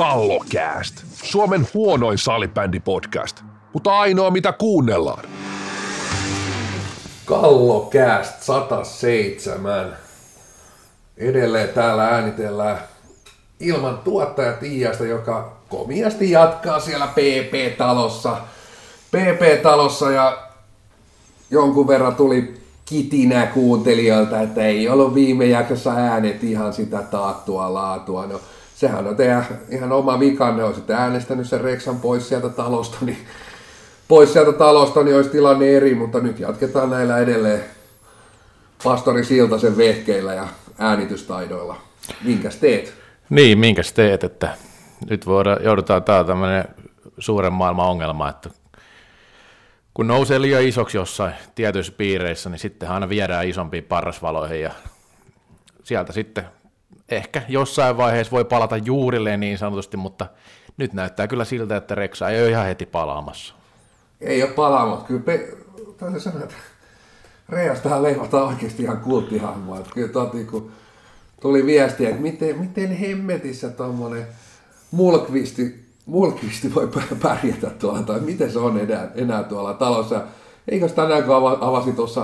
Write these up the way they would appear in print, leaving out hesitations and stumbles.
Kallokääst, Suomen huonoin salibändipodcast, mutta ainoa mitä kuunnellaan. Kallokääst 107. Edelleen täällä äänitellään ilman tuottaja Tiiasta, joka komiasti jatkaa siellä PP-talossa ja jonkun verran tuli kitinä kuuntelijoilta, että ei ollut viime jaksossa äänet ihan sitä taattua laatua. No, sehän on teidän ihan oma vikanne, olisitte äänestänyt sen Reksan pois sieltä talosta, niin olisi tilanne eri, mutta nyt jatketaan näillä edelleen pastori Siltasen vehkeillä ja äänitystaidoilla. Minkäs teet? Niin, minkäs teet, että nyt joudutaan täällä tämmöinen suuren maailman ongelma, että kun nousee liian isoksi jossain tietyissä piireissä, niin sitten aina viedään isompiin parrasvaloihin ja sieltä sitten ehkä jossain vaiheessa voi palata juurilleen niin sanotusti, mutta nyt näyttää kyllä siltä, että Reksa ei ole ihan heti palaamassa. Ei ole palaamassa. Kyllä täytyy sanoa, että Reastahan leivotaan oikeasti ihan kulttihahmoa. Kyllä kun tuli viestiä, että miten hemmetissä tuommoinen mulkvisti voi pärjätä tuolla, tai miten se on enää tuolla talossa. Eikös tänään, kun avasin tuossa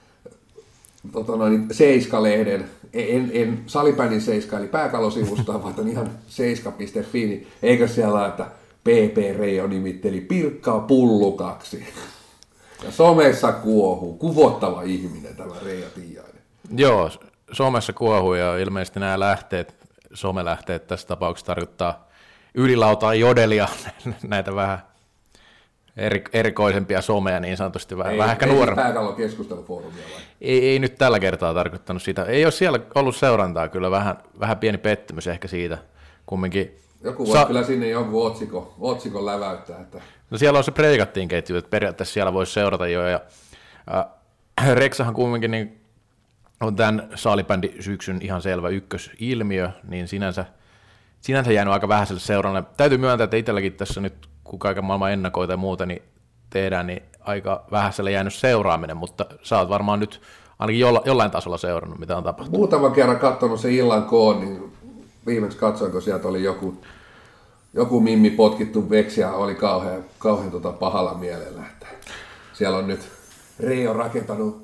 Seiska-lehden, en salibändin Seiska, eli pääkallosivusta, vaan ihan seiska.fi, niin eikö siellä, että PP Reijo nimitteli Pirkkaa Pullukaksi. Ja somessa kuohuu, kuvottava ihminen tämä Reijo Tiiainen. Joo, somessa kuohuu ja ilmeisesti nämä somelähteet tässä tapauksessa tarkoittaa ylilautaa jodelia, näitä vähän erikoisempia someja niin sanotusti, vähän ehkä nuorempia. Ei pääkallon keskustelufoorumia vai? Ei nyt tällä kertaa tarkoittanut sitä. Ei ole siellä ollut seurantaa, kyllä vähän pieni pettymys ehkä siitä kumminkin. Joku voi kyllä sinne jonkun otsikon läväyttää. Että... No siellä on se preikattiin ketju, että periaatteessa siellä voisi seurata jo. Ja Reksahan kumminkin niin on tämän salibändisyksyn ihan selvä ykkösilmiö, niin sinänsä jäänyt aika vähäiselle seuralle. Täytyy myöntää, että itselläkin tässä nyt, kun kaiken maailman ennakoita ja muuta niin tehdään, niin aika vähäiselle jäänyt seuraaminen, mutta sä oot varmaan nyt ainakin jollain tasolla seurannut, mitä on tapahtunut. Muutaman kerran katsonut se illan koon, niin viimeksi katsoin, kun sieltä oli joku mimmi potkittu veksi ja oli kauhean pahalla mielellä. Että siellä on nyt Reijo rakentanut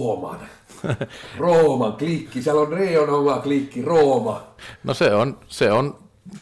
Rooman klikki. Siellä on Reijon oma klikki, Rooma. No se on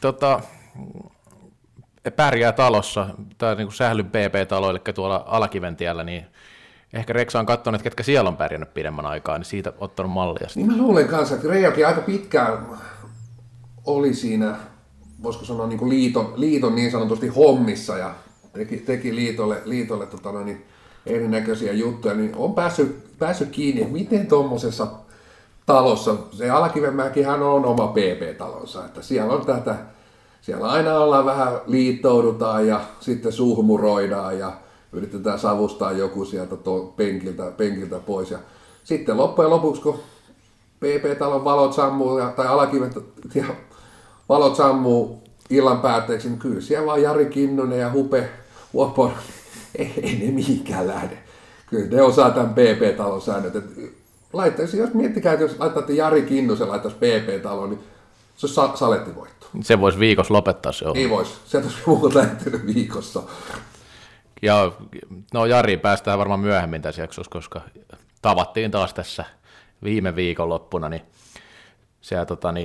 pärjää talossa, tai niin kuin Sählyn PP-talo, eli tuolla Alakiventiellä, niin ehkä Reksa on katsonut, että ketkä siellä on pärjännyt pidemmän aikaa, niin siitä ottanut mallia. Niin mä luulen kanssa, että Reijokin aika pitkään oli siinä, voisiko sanoa niin kuin liiton niin sanotusti hommissa ja teki liitolle erinäköisiä juttuja, niin on päässyt kiinni, että miten tuommoisessa talossa, se Alakivenmäkihän on oma PP-talonsa, että siellä on siellä aina ollaan vähän liittoudutaan ja sitten suhmuroidaan ja yritetään savustaa joku sieltä penkiltä pois ja sitten loppujen lopuksi, kun PP-talon valot sammuu tai Alakiven valot sammuu illan päätteeksi, niin kyllä siellä vaan Jari Kinnunen ja Huopon, ei ne mihinkään lähde. Kyllä ne osaa tämän PP-talon säännöt. Jos miettikää, että jos laittatte Jari Kinnusen laittaisi PP-taloon, niin se olisi salettivoitto. Se voisi viikossa lopettaa se. Ei voisi. Se olisi muut lähtenyt viikossa. Ja no Jari päästään varmaan myöhemmin tässä jaksossa, koska tavattiin taas tässä viime viikonloppuna, niin se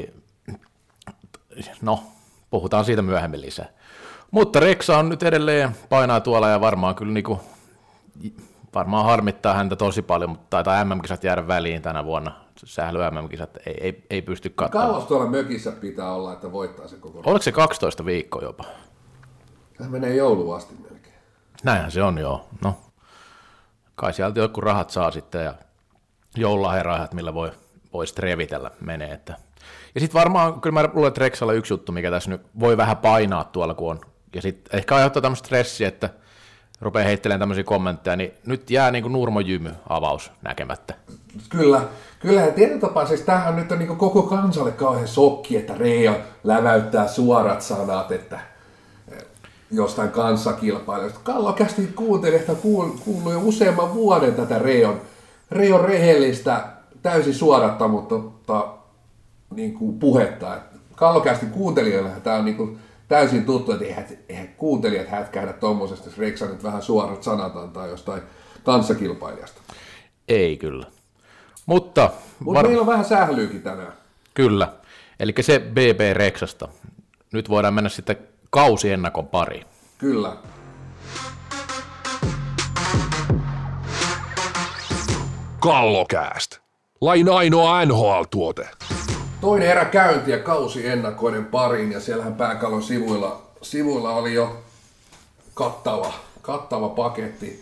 puhutaan siitä myöhemmin lisää. Mutta Reksa on nyt edelleen painaa tuolla ja varmaan kyllä varmaan harmittaa häntä tosi paljon, mutta taitaa MM-kisat jäädä väliin tänä vuonna. Sählyn MM-kisat ei pysty katsomaan. Kauas tuolla mökissä pitää olla, että voittaa se koko. Oliko se 12 viikkoa jopa? Tämä menee jouluun asti melkein. Näinhän se on, joo. No, kai sieltä joku rahat saa sitten ja joululahjarahat, millä voi revitellä menee. Että. Ja sitten varmaan, kyllä mä luulen, että Reksalla yksi juttu, mikä tässä nyt voi vähän painaa tuolla, kun on. Ja sitten ehkä aiheuttaa tämmöistä stressiä, että rupeaa heittelemään tämmöisiä kommentteja, niin nyt jää niin kuin Nurmo Jymy avaus näkemättä. Kyllähän tietotapaisesti tämähän nyt on niin koko kansalle kauhean shokki, että Reijo läväyttää suorat sanat, että jostain kanssakilpailusta. Kallokästi kuuntelin, että kuului jo useamman vuoden tätä Reijon rehellistä, täysin suorattamuutta niin kuin puhetta. Kallokästi kuuntelijoille tämä on niin kuin täysin tuttu, että eihän kuuntelijat hätkähdä tuommoisesta, jos Reksa nyt vähän suorat sanat antaa jostain kanssakilpailijasta. Ei kyllä. Mutta meillä on vähän sählyykin tänään. Kyllä. Eli se BB Reksasta. Nyt voidaan mennä sitten kausiennakon pariin. Kyllä. Kallokääst. Lain ainoa NHL-tuote. Toinen erä käynti ja kausiennakoiden pariin, ja siellähän Pääkallon sivuilla oli jo kattava paketti,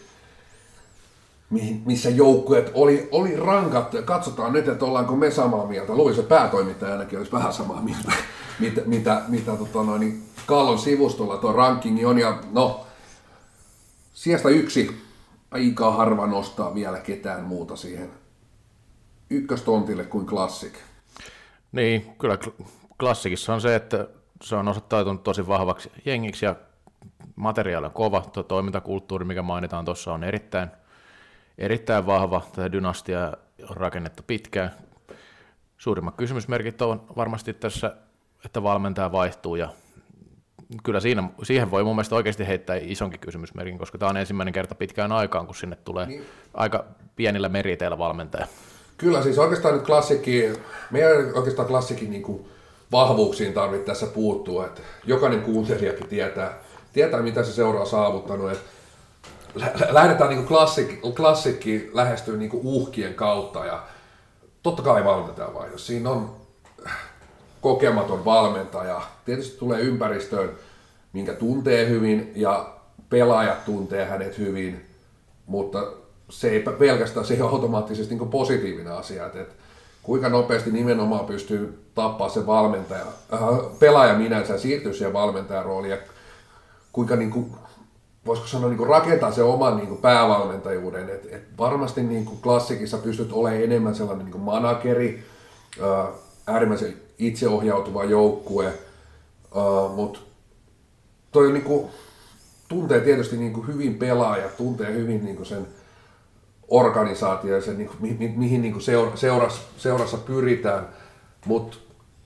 missä joukkueet oli rankattu. Katsotaan nyt, että ollaanko me samaa mieltä. Luulisi, että päätoimittaja ainakin olisi vähän samaa mieltä, mitä Kallon sivustolla tuo rankingi on. Ja no, sijasta 1 aika harva nostaa vielä ketään muuta siihen ykköstontille kuin Classic. Niin, kyllä Klassikissa on se, että se on osoittautunut tosi vahvaksi jengiksi ja materiaali on kova. Tuo toimintakulttuuri, mikä mainitaan tuossa, on erittäin vahva. Tätä dynastiaa on rakennettu pitkään. Suurimmat kysymysmerkit on varmasti tässä, että valmentaja vaihtuu, ja kyllä siihen voi mun mielestä oikeasti heittää isonkin kysymysmerkin, koska tämä on ensimmäinen kerta pitkään aikaan, kun sinne tulee aika pienillä meriteillä valmentaja. Kyllä, siis oikeastaan nyt meidän oikeastaan Klassikin niin kuin vahvuuksiin tarvitsee tässä puuttua, että jokainen kuuntelijakin tietää mitä se seuraa on saavuttanut, että lähdetään niin kuin Klassikki lähestyy niin kuin uhkien kautta, ja totta kai valmentaja vaihdos. Siinä on kokematon valmentaja, tietysti tulee ympäristöön, minkä tuntee hyvin, ja pelaajat tuntee hänet hyvin, mutta se ei pelkästään, se ei ole automaattisesti niin positiivinen asia, että kuinka nopeasti nimenomaan pystyy tappaa se pelaaja minänsä ja siirtyä siihen valmentajan rooliin, ja kuinka niin kuin, voisiko sanoa niin kuin rakentaa se oman niin kuin päävalmentajuuden, että varmasti niin kuin Klassikissa pystyt olemaan enemmän sellainen niin kuin manageri, äärimmäisen itseohjautuva joukkue, mutta toi niin kuin, tuntee tietysti niin kuin hyvin pelaaja, tuntee hyvin niin kuin sen organisaatio ja se, niin kuin, mihin niin kuin seurassa pyritään, mutta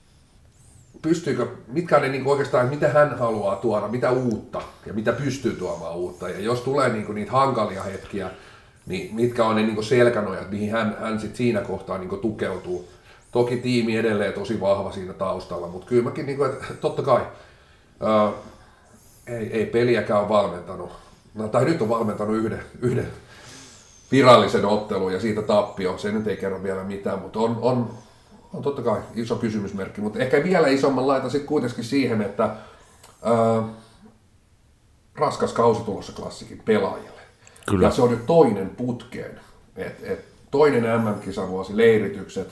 mitkä on ne niin kuin oikeastaan, mitä hän haluaa tuoda, mitä uutta ja mitä pystyy tuomaan uutta, ja jos tulee niin kuin niitä hankalia hetkiä, niin mitkä on ne niin kuin selkänojat, mihin hän sit siinä kohtaa niin kuin tukeutuu. Toki tiimi edelleen tosi vahva siinä taustalla, mutta kyllä mäkin, niin kuin, että totta kai, ei peliäkään ole valmentanut, tai nyt on valmentanut yhden virallisen ottelun ja siitä tappio, se nyt ei kerro vielä mitään, mutta on totta kai iso kysymysmerkki, mutta ehkä vielä isomman laitan sitten kuitenkin siihen, että raskas kausi tulossa Klassikin pelaajille. Kyllä. Ja se on nyt toinen putkeen, toinen MM-kisavuosi, leiritykset,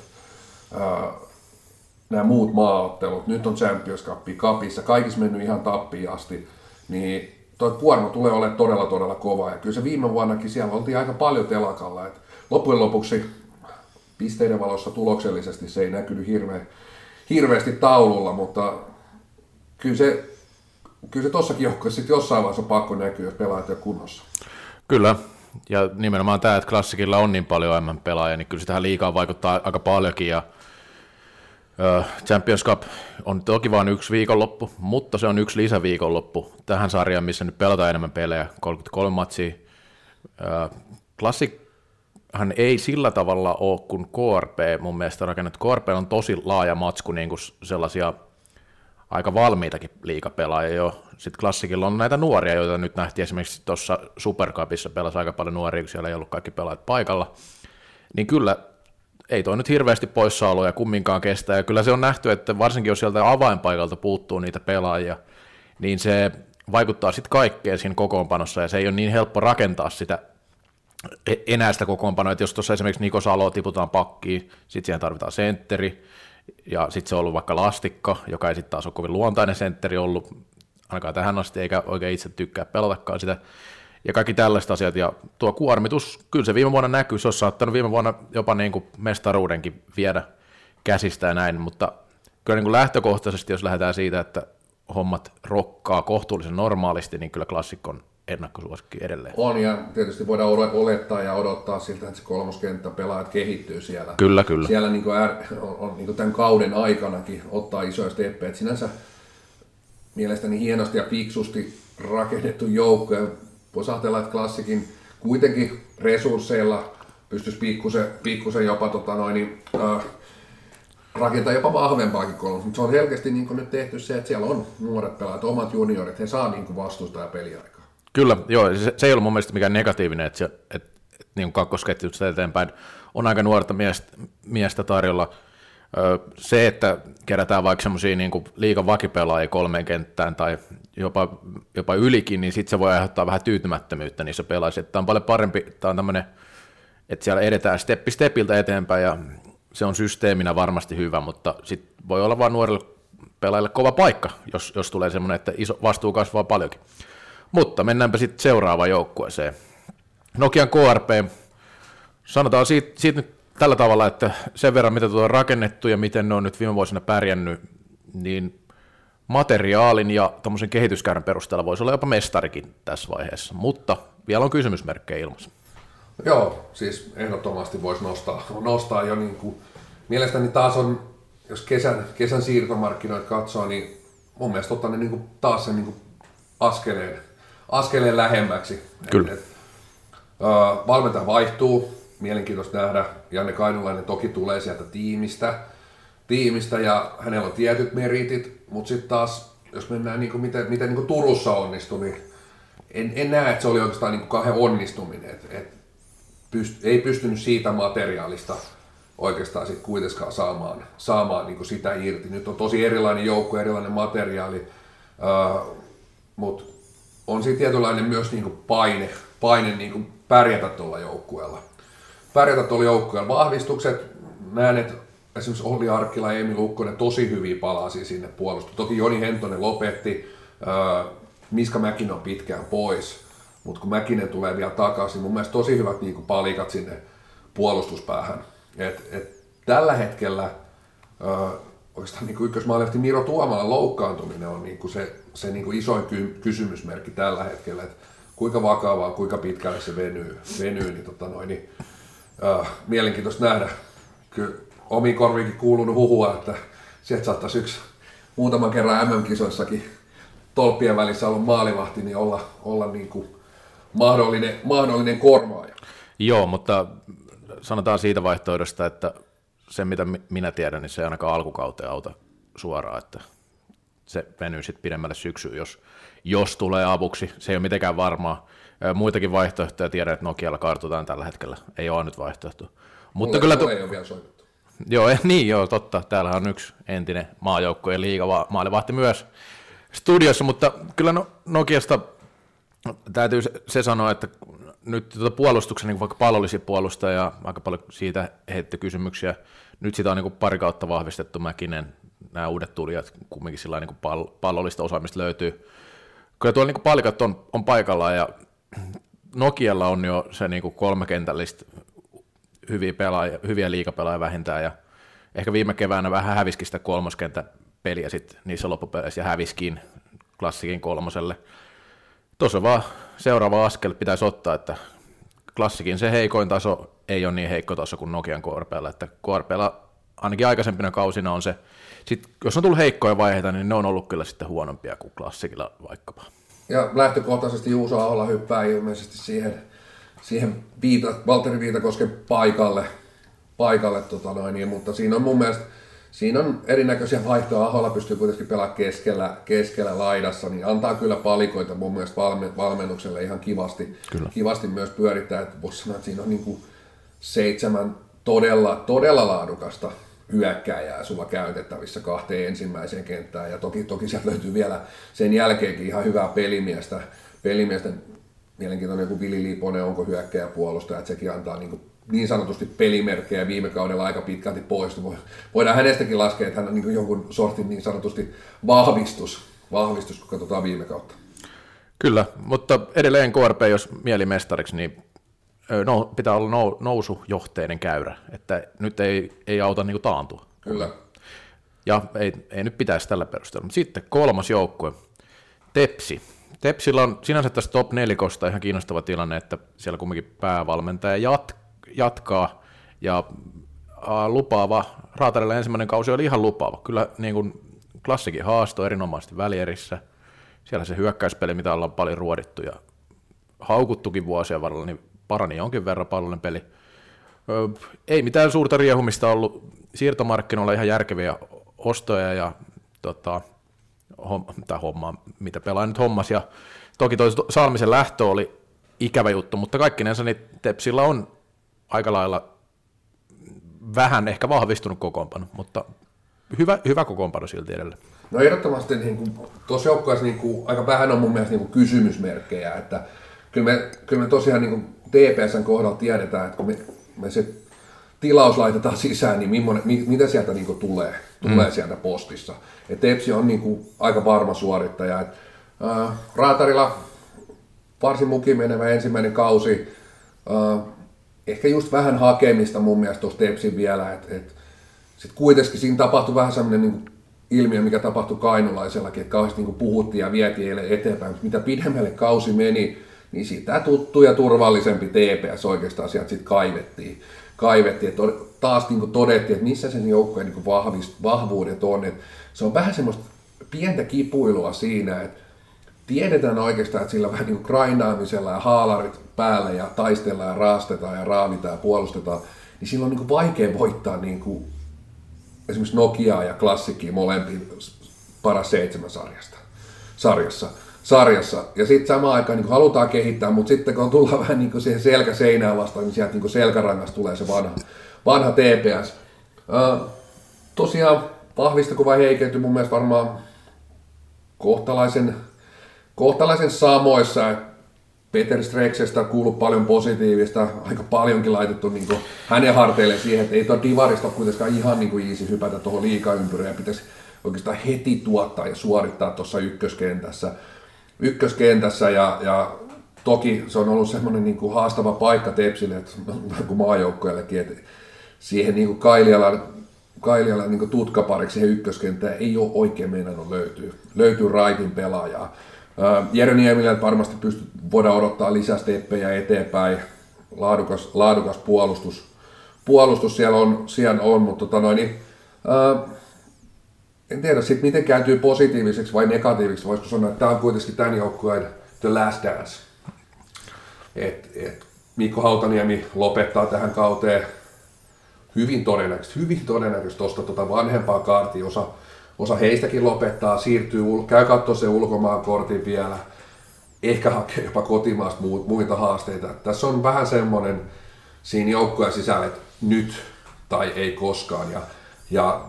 nämä muut maaottelut, nyt on Champions Cup, Cupissa, kaikissa mennyt ihan tappiin asti, niin tuo kuorma tulee olemaan todella kova, ja kyllä se viime vuonnakin siellä oltiin aika paljon telakalla, että loppujen lopuksi pisteiden valossa tuloksellisesti se ei näkynyt hirveästi taululla, mutta kyllä se tossakin joukkueessa sitten jossain vaiheessa on pakko näkyä, jos pelaajat ei ole kunnossa. Kyllä, ja nimenomaan tämä, että Klassikilla on niin paljon MM-pelaajia, niin kyllä tähän liigaan vaikuttaa aika paljonkin, ja Champions Cup on toki vain yksi viikonloppu, mutta se on yksi lisäviikonloppu tähän sarjaan, missä nyt pelataan enemmän pelejä, 33 matsia. Klassikhan ei sillä tavalla ole kuin KRP mun mielestä rakennettu. KRP on tosi laaja matsku, niin kuin sellaisia aika valmiitakin liigapelaajia jo. Sitten Klassikilla on näitä nuoria, joita nyt nähtiin esimerkiksi tuossa Super Cupissa pelasi aika paljon nuoria, kun siellä ei ollut kaikki pelaajat paikalla. Niin kyllä ei toi nyt hirveästi poissaoloja kumminkaan kestää, ja kyllä se on nähty, että varsinkin jos sieltä avainpaikalta puuttuu niitä pelaajia, niin se vaikuttaa sitten kaikkeen siinä kokoonpanossa, ja se ei ole niin helppo rakentaa sitä enää sitä kokoonpanoa, että jos tuossa esimerkiksi Niko Salo tiputaan pakkiin, sitten siihen tarvitaan sentteri, ja sitten se on ollut vaikka Lastikka, joka ei sitten taas ole kovin luontainen sentteri ollut, ainakaan tähän asti, eikä oikein itse tykkää pelatakaan sitä, ja kaikki tällaiset asiat, ja tuo kuormitus, kyllä se viime vuonna näkyy, se olisi saattanut viime vuonna jopa niin kuin mestaruudenkin viedä käsistä ja näin, mutta kyllä niin kuin lähtökohtaisesti, jos lähdetään siitä, että hommat rokkaa kohtuullisen normaalisti, niin kyllä Klassikko on ennakkosuosikki edelleen. On, ja tietysti voidaan olettaa ja odottaa siltä, että se kolmoskenttä pelaajat kehittyy siellä. Kyllä. Siellä niin kuin on niin kuin tämän kauden aikanakin ottaa isoja steppejä. Sinänsä mielestäni hienosti ja fiksusti rakennettu joukko. Ja voisi ajatella, että Klassikin kuitenkin resursseilla pystyisi pikkusen jopa rakentaa jopa vahvempaakin kolmosta, mutta se on selkeästi niin nyt tehty se, että siellä on nuoret pelaajat, omat juniorit, he saa niin vastuusta ja peliaikaa. Kyllä, joo, se ei ollut mun mielestä mikään negatiivinen, että niin kakkosketjusta eteenpäin on aika nuorta miestä tarjolla. Se, että kerätään vaikka semmoisia niin liigan vakipelaajia 3 kenttään tai jopa ylikin, niin sitten se voi aiheuttaa vähän tyytymättömyyttä niissä pelaajissa. Tämä on paljon parempi, tämä on tämmöinen, että siellä edetään steppi stepiltä eteenpäin ja se on systeeminä varmasti hyvä, mutta sitten voi olla vain nuorille pelaajille kova paikka, jos tulee semmoinen, että iso vastuu kasvaa paljonkin. Mutta mennäänpä sitten seuraavaan joukkueeseen. Nokian KRP, sanotaan siitä nyt tällä tavalla, että sen verran mitä tuo on rakennettu ja miten ne on nyt viime vuosina pärjännyt, niin materiaalin ja tommosen kehityskäyrän perusteella voisi olla jopa mestarikin tässä vaiheessa, mutta vielä on kysymysmerkkejä ilmassa. Joo, siis ehdottomasti voisi nostaa jo niin kuin, mielestäni taas on, jos kesän siirtomarkkinoita katsoo, niin mun mielestä ottaa ne niin kuin, taas sen niin kuin askeleen lähemmäksi. Kyllä. Valmentaja vaihtuu, mielenkiintoista nähdä. Janne Kainulainen toki tulee sieltä tiimistä ja hänellä on tietyt meritit, mutta sitten taas, jos mennään niin kuin, miten niin kuin Turussa onnistui, niin en näe, että se oli oikeastaan niin kuin kauhean onnistuminen. Ei pystynyt siitä materiaalista oikeastaan sit kuitenkaan saamaan niin kuin sitä irti. Nyt on tosi erilainen joukko, erilainen materiaali, mutta on siinä tietynlainen myös niin kuin paine niin kuin pärjätä tuolla joukkueella. Vahvistukset, näen, että esimerkiksi Olli Arkkila ja Emil Lukkonen tosi hyviä palasia sinne puolustukseen. Toki Joni Hentonen lopetti, Miska Mäkinen on pitkään pois, mutta kun Mäkinen tulee vielä takaisin, mun mielestä tosi hyvät niin kuin palikat sinne puolustuspäähän. Tällä hetkellä oikeastaan niin ykkösmaalivahti Miro Tuomalan loukkaantuminen on niin kuin se niin kuin isoin kysymysmerkki tällä hetkellä, että kuinka vakavaa, kuinka pitkälle se venyy niin, mielenkiintoista nähdä. Kyllä omiin korviinkin kuulunut huhua, että sieltä saattaisi yksi muutaman kerran MM-kisoissakin tolppien välissä ollut maalivahti, niin olla niin kuin mahdollinen korvaaja. Joo, mutta sanotaan siitä vaihtoehdosta, että se mitä minä tiedän, niin se ei ainakaan alkukauteen auta suoraan, että se venyy sitten pidemmälle syksyyn, jos tulee avuksi. Se ei ole mitenkään varmaa. Muitakin vaihtoehtoja tiedän, että Nokialla kartutaan tällä hetkellä. Ei ole nyt vaihtoehto. Mutta kyllä ei ole vielä soitettu. Joo, totta. Täällä on yksi entinen maajoukkojen maalivahti myös studiossa, mutta kyllä Nokiasta täytyy se sanoa, että nyt puolustuksen, niin vaikka pallollisia puolustajia, aika paljon siitä heitti kysymyksiä. Nyt sitä on niin pari kautta vahvistettu Mäkinen, nämä uudet tulijat, kumminkin sillä niin pallollista osaamista löytyy. Kyllä tuolla niin palikat on paikallaan ja Nokialla on jo se niin 3 kentällistä hyviä liigapelaajia vähintään ja ehkä viime keväänä vähän häviskin sitä 3. kentän peliä sitten niissä loppupeleissä ja häviskin Klassikin 3. Tuossa vaan seuraava askel pitäisi ottaa, että Klassikin se heikoin taso ei ole niin heikko taso kuin Nokian KRP:llä, että KRP:llä ainakin aikaisempina kausina on se, sitten jos on tullut heikkoja vaiheita, niin ne on ollut kyllä sitten huonompia kuin Klassikilla vaikkapa. Ja lähtökohtaisesti Juuso Ahola hyppää ilmeisesti siihen Valtteri Viitakosken paikalle mutta siinä on mun mielestä erinäköisiä vaihtoja. Ahola pystyy kuitenkin pelaamaan keskellä laidassa, niin antaa kyllä palikoita mun mielestä valmennukselle ihan kivasti myös pyörittää. Että voisi sanoa, että siinä on niin kuin 7 todella laadukasta hyökkääjää sulla käytettävissä 2 ensimmäiseen kenttään. Ja toki sieltä löytyy vielä sen jälkeenkin ihan hyvää pelimiestä. Mielenkiintoinen joku Vili Liponen, onko hyökkääjäpuolustaja, että sekin antaa niin sanotusti pelimerkkejä viime kaudella aika pitkälti pois. Voidaan hänestäkin laskea, että hän on niin jonkun sortin niin sanotusti vahvistus, kun katsotaan viime kautta. Kyllä, mutta edelleen KRP, jos mielimestariksi, niin pitää olla nousujohteinen käyrä, että nyt ei auta niin kuin taantua. Kyllä. Ja ei nyt pitäisi tällä perusteella. Mutta sitten 3. joukkue, Tepsi. Tepsillä on sinänsä tässä top 4:sta ihan kiinnostava tilanne, että siellä kumminkin päävalmentaja jatkaa ja lupaava. Raatarilla ensimmäinen kausi oli ihan lupaava. Kyllä niin kuin Klassikin haasto erinomaisesti välierissä. Siellä se hyökkäyspeli, mitä ollaan paljon ruodittu ja haukuttukin vuosien varrella, niin parani jonkin verran pallollinen peli. Ei mitään suurta riehumista ollut. Siirtomarkkinoilla ihan järkeviä ostoja ja hommaa, mitä pelaa nyt hommas. Ja toki toi Salmisen lähtö oli ikävä juttu, mutta kaikkinensa niin Tepsillä on aika lailla vähän ehkä vahvistunut kokoonpano, mutta hyvä kokoonpano silti edelleen. No ehdottomasti niin tuossa joukkueessa niin aika vähän on mun mielestä niin kysymysmerkkejä, että kyllä me tosiaan niin TPS:n kohdalla tiedetään, että kun me se tilaus laitetaan sisään, niin mitä sieltä niin tulee sieltä postissa. Et Tepsi on niin aika varma suorittaja. Raatarilla varsin mukin menevä ensimmäinen kausi, ehkä just vähän hakemista mun mielestä tuossa Tepsin vielä, että sitten kuitenkin siinä tapahtui vähän sellainen niin ilmiö, mikä tapahtui Kainulaisellakin, että kauheasti niin puhuttiin ja vietiin eteenpäin, mutta mitä pidemmälle kausi meni, niin sitä tuttu ja turvallisempi TPS oikeastaan sieltä sitten kaivettiin. Että taas niin todettiin, että missä sen joukkojen niin vahvuudet on. Että se on vähän semmoista pientä kipuilua siinä, että tiedetään oikeastaan, että sillä vähän niin grindaamisella ja haalarit päälle ja taistellaan ja raastetaan ja raavitaan ja puolustetaan, niin silloin on niin vaikea voittaa niin kuin esimerkiksi Nokiaa ja Klassikkiä molempiin paras 7 sarjassa. Ja sitten samaan aikaan niin halutaan kehittää, mutta sitten kun tullaan vähän niin siihen selkäseinään vastaan, niin sieltä niin selkärangasta tulee se vanha TPS. Tosiaan vahvistuiko vai heikentyi mun mielestä varmaan kohtalaisen samoissa. Peter Streksestä on kuullut paljon positiivista, aika paljonkin laitettu niin hänen harteilleen siihen, että ei tuo divarista ole kuitenkaan ihan niin easy hypätä tuohon liigaympyrään ja pitäisi oikeastaan heti tuottaa ja suorittaa tuossa ykköskentässä ja toki se on ollut semmoinen niin kuin haastava paikka Tepsille, että kuin maajoukkojellekin, että siihen niin kuin Kailialan niin tutkapariksi siihen ykköskenttään ei ole oikein meinannut löytyy raitin pelaajaa. Jere Niemilä varmasti voidaan odottaa lisää steppejä eteenpäin, laadukas puolustus siellä on mutta en tiedä sitten miten kääntyy positiiviseksi vai negatiiviseksi, voisiko sanoa, että tämä on kuitenkin tämän joukkueen the last dance. Mikko Hautaniemi lopettaa tähän kauteen hyvin todennäköisesti tuosta vanhempaa kaartia, osa heistäkin lopettaa, käy katsoa se ulkomaan kortin vielä, ehkä hakee jopa kotimaasta muita haasteita. Tässä on vähän semmoinen siinä joukkueen sisällä, että nyt tai ei koskaan. Ja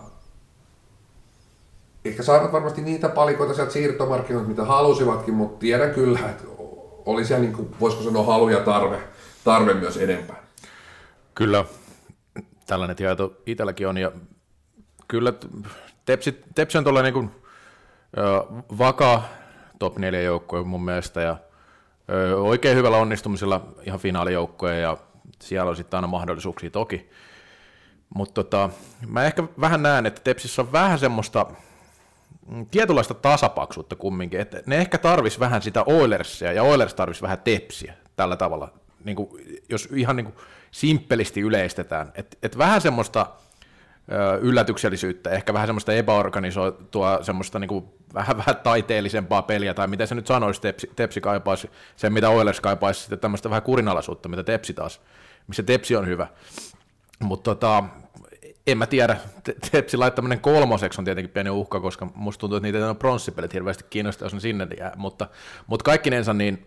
ehkä saivat varmasti niitä palikoita sieltä siirtomarkkinoilta, mitä halusivatkin, mutta tiedän kyllä, että oli siellä, niin kuin, voisiko sanoa, halu ja tarve myös enempää. Kyllä, tällainen tieto itselläkin on, ja kyllä Tepsi on tuolla niin vakaa top 4 joukkue mun mielestä, ja oikein hyvällä onnistumisella ihan finaalijoukkoja, ja siellä on sitten aina mahdollisuuksia toki. Mutta mä ehkä vähän näen, että Tepsissä on vähän semmoista tietynlaista tasapaksuutta kumminkin, että ne ehkä tarvisi vähän sitä Oilersia, ja Oilers tarvisi vähän Tepsiä tällä tavalla, niin kuin, jos ihan niin kuin simppelisti yleistetään, että vähän semmoista yllätyksellisyyttä, ehkä vähän semmoista epäorganisoitua, semmoista niin kuin vähän taiteellisempaa peliä, tai mitä se nyt sanoisi, Tepsi kaipaisi, sen mitä Oilers kaipaisi, sitten tämmöistä vähän kurinalaisuutta, mitä Tepsi taas, missä Tepsi on hyvä. Mutta en mä tiedä, Tepsi laittaminen 3. on tietenkin pieni uhka, koska musta tuntuu, että niitä ei ole pronssipelit hirveästi kiinnostaa, jos ne sinne jää, mutta kaikkinensa niin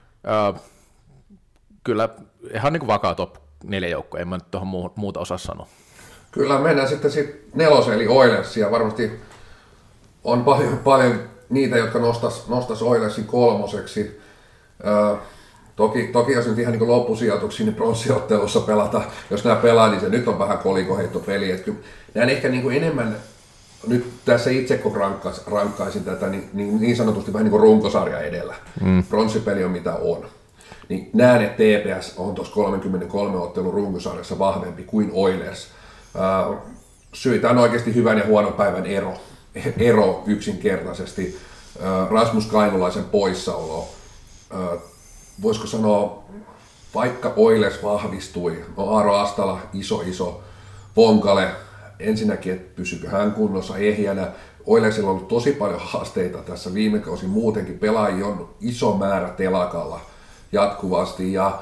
kyllä ihan niin kuin vakaa top 4 joukko, en mä nyt tuohon muuta osaa sanoa. Kyllä mennään sitten 4 eli Oilersia, varmasti on paljon niitä, jotka nostais Oilersin 3. Toki jos nyt ihan niin loppusijoituksia, niin pronssiottelussa pelata, jos nämä pelaa, niin se nyt on vähän kolikoheittopeli. Näen ehkä niin enemmän, nyt tässä itse kun rankkaisin tätä, niin sanotusti vähän niin kuin runkosarja edellä. Pronssipeli on mitä on. Niin näen, että TPS on tuossa 33 ottelun runkosarjassa vahvempi kuin Oilers. Syitä on oikeasti hyvän ja huonon päivän ero yksinkertaisesti. Rasmus Kainulaisen poissaolo. Voisiko sanoa, vaikka Oilers vahvistui, Aaro Astala iso, Vonkale ensinnäkin, että pysyykö hän kunnossa ehjänä. Oilersilla on ollut tosi paljon haasteita tässä viime kausi muutenkin. Pelaajia on iso määrä telakalla jatkuvasti ja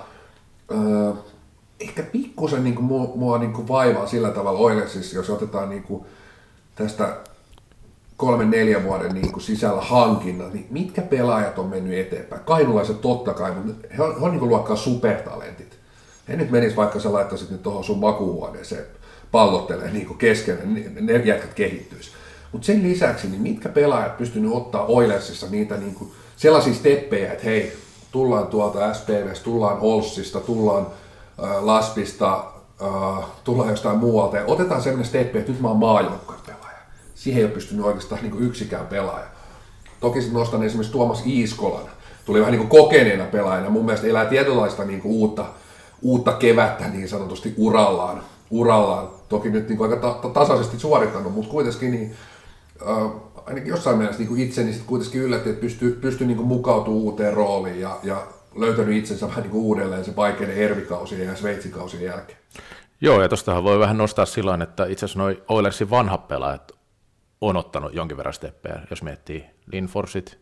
ehkä pikkusen niin mua niin vaivaa sillä tavalla Oilersissa, jos otetaan niin tästä 3-4 vuoden niin sisällä hankinnat, niin mitkä pelaajat on mennyt eteenpäin? Kainulaiset totta kai, mutta he on niin luokkaa supertalentit. He nyt menis vaikka sä laittaisit nyt tuohon sun makuuhuoneeseen pallottelee niin kesken, ne jätkät kehittyisi. Mutta sen lisäksi, niin mitkä pelaajat pystynyt ottaa Oilersissa niitä niin sellaisia steppejä, että hei, tullaan tuolta SPV:stä, tullaan Olssista, tullaan Laspista, tullaan jostain muualta ja otetaan sellainen steppi, että nyt mä oon maajoukkojen pelaaja. Siihen ei ole pystynyt oikeastaan niin yksikään pelaaja. Toki sitten nostan esimerkiksi Tuomas Iiskolan. Tuli vähän niin kokeneena pelaajana. Mun mielestä elää tietynlaista niin uutta kevättä niin sanotusti urallaan. Toki nyt niin aika tasaisesti suorittanut, mutta kuitenkin niin, ainakin jossain mielessä niin itseni sit kuitenkin yllätti, että pystyy niin mukautumaan uuteen rooliin ja löytänyt itsensä vähän niin uudelleen se vaikeiden Ervikausien ja Sveitsikausien jälkeen. Joo, ja tuostahan voi vähän nostaa silloin, että itse asiassa noi Oilersin vanhat pelaajat on ottanut jonkin verran steppejä, jos miettii Lindforsit,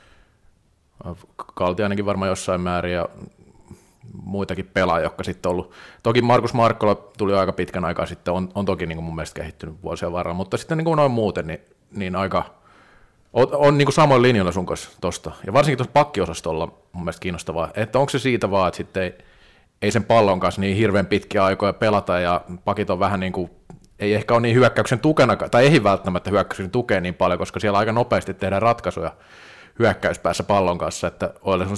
Kalti ainakin varmaan jossain määrin, ja muitakin pelaajia, jotka sitten on ollut. Toki Markus Markkola tuli aika pitkän aikaa sitten, on toki niin kuin mun mielestä kehittynyt vuosien varrella, mutta sitten niin kuin noin muuten, niin aika on niin kuin samoin linjoilla sun kanssa tosta. Ja varsinkin tuossa pakkiosastolla mun mielestä kiinnostavaa, että onko se siitä vaan, että sitten ei sen pallon kanssa niin hirveän pitkiä aikoja pelata, ja pakit on vähän niin kuin, ei ehkä ole niin hyökkäyksen tukena, tai ei välttämättä hyökkäyksen tukea niin paljon, koska siellä aika nopeasti tehdään ratkaisuja hyökkäyspäässä pallon kanssa, että Oilers on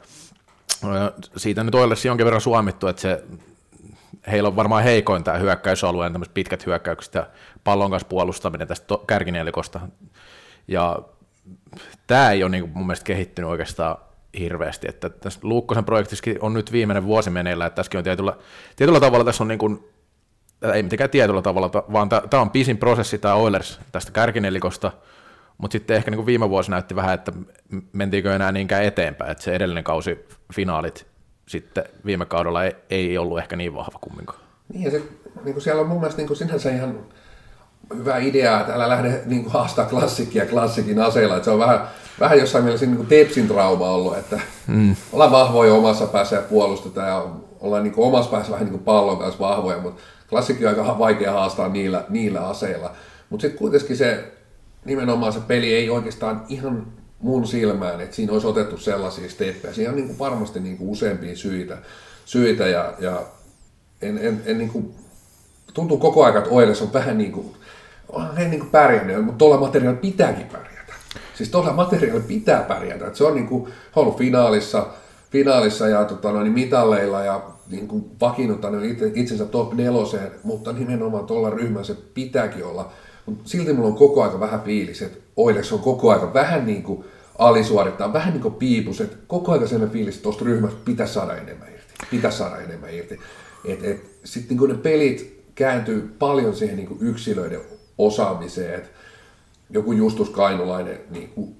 siitä nyt Oilersin jonkin verran suomittu, että heillä on varmaan heikoin tämä hyökkäysalueen tämmöiset pitkät hyökkäykset ja pallon kanssa puolustaminen tästä kärkinelikosta. Ja tämä ei ole niin mun mielestä kehittynyt oikeastaan hirveästi, että tässä Luukkosen projektissakin on nyt viimeinen vuosi meneillä, että tässäkin on tietyllä tavalla tässä on niin kuin, ei mitenkään tietyllä tavalla, vaan tämä on pisin prosessi tämä Oilers tästä kärkinelikosta, mutta sitten ehkä niin kuin viime vuosi näytti vähän, että mentiinkö enää niinkään eteenpäin, että se edellinen kausi finaalit sitten viime kaudella ei ollut ehkä niin vahva kumminkaan. Niin ja se, niin siellä on mun mielestä niin sinänsä ihan hyvä idea, että älä lähde niin haastaa klassikkia klassikin aseilla, että se on vähän jossain mielessä niin Tepsin trauma ollut, että ollaan vahvoja omassa päässä ja puolustetaan ja ollaan niin omassa päässä vähän niin pallon kanssa vahvoja, mutta klassikki on aika vaikea haastaa niillä aseilla, mutta sitten kuitenkin se nimenomaan se peli ei oikeastaan ihan mun silmään, että siinä olisi otettu sellaisia steppejä. Siinä on niin kuin varmasti niin kuin useampia syitä ja en niin kuin, tuntuu koko ajan, että Oilers on vähän niin kuin, onhan he niin kuin pärjännyt, mutta tuolla materiaalilla pitääkin pärjätä. Siis tuolla materiaalilla pitää pärjätä. Että se on niin kuin, ollut finaalissa ja mitalleilla ja niin kuin vakiinnuttanut itsensä top 4, mutta nimenomaan tuolla ryhmällä se pitääkin olla. Mutta silti mulla on koko ajan vähän fiilis, että Oilers on koko ajan vähän niin kuin alisuorittaa, vähän niin kuin piipus, että koko ajan sellainen fiilis, että tuosta ryhmästä pitäisi saada enemmän irti. Sitten niin ne pelit kääntyy paljon siihen niin kuin yksilöiden osaamiseen, että joku Justus Kainulainen niin kuin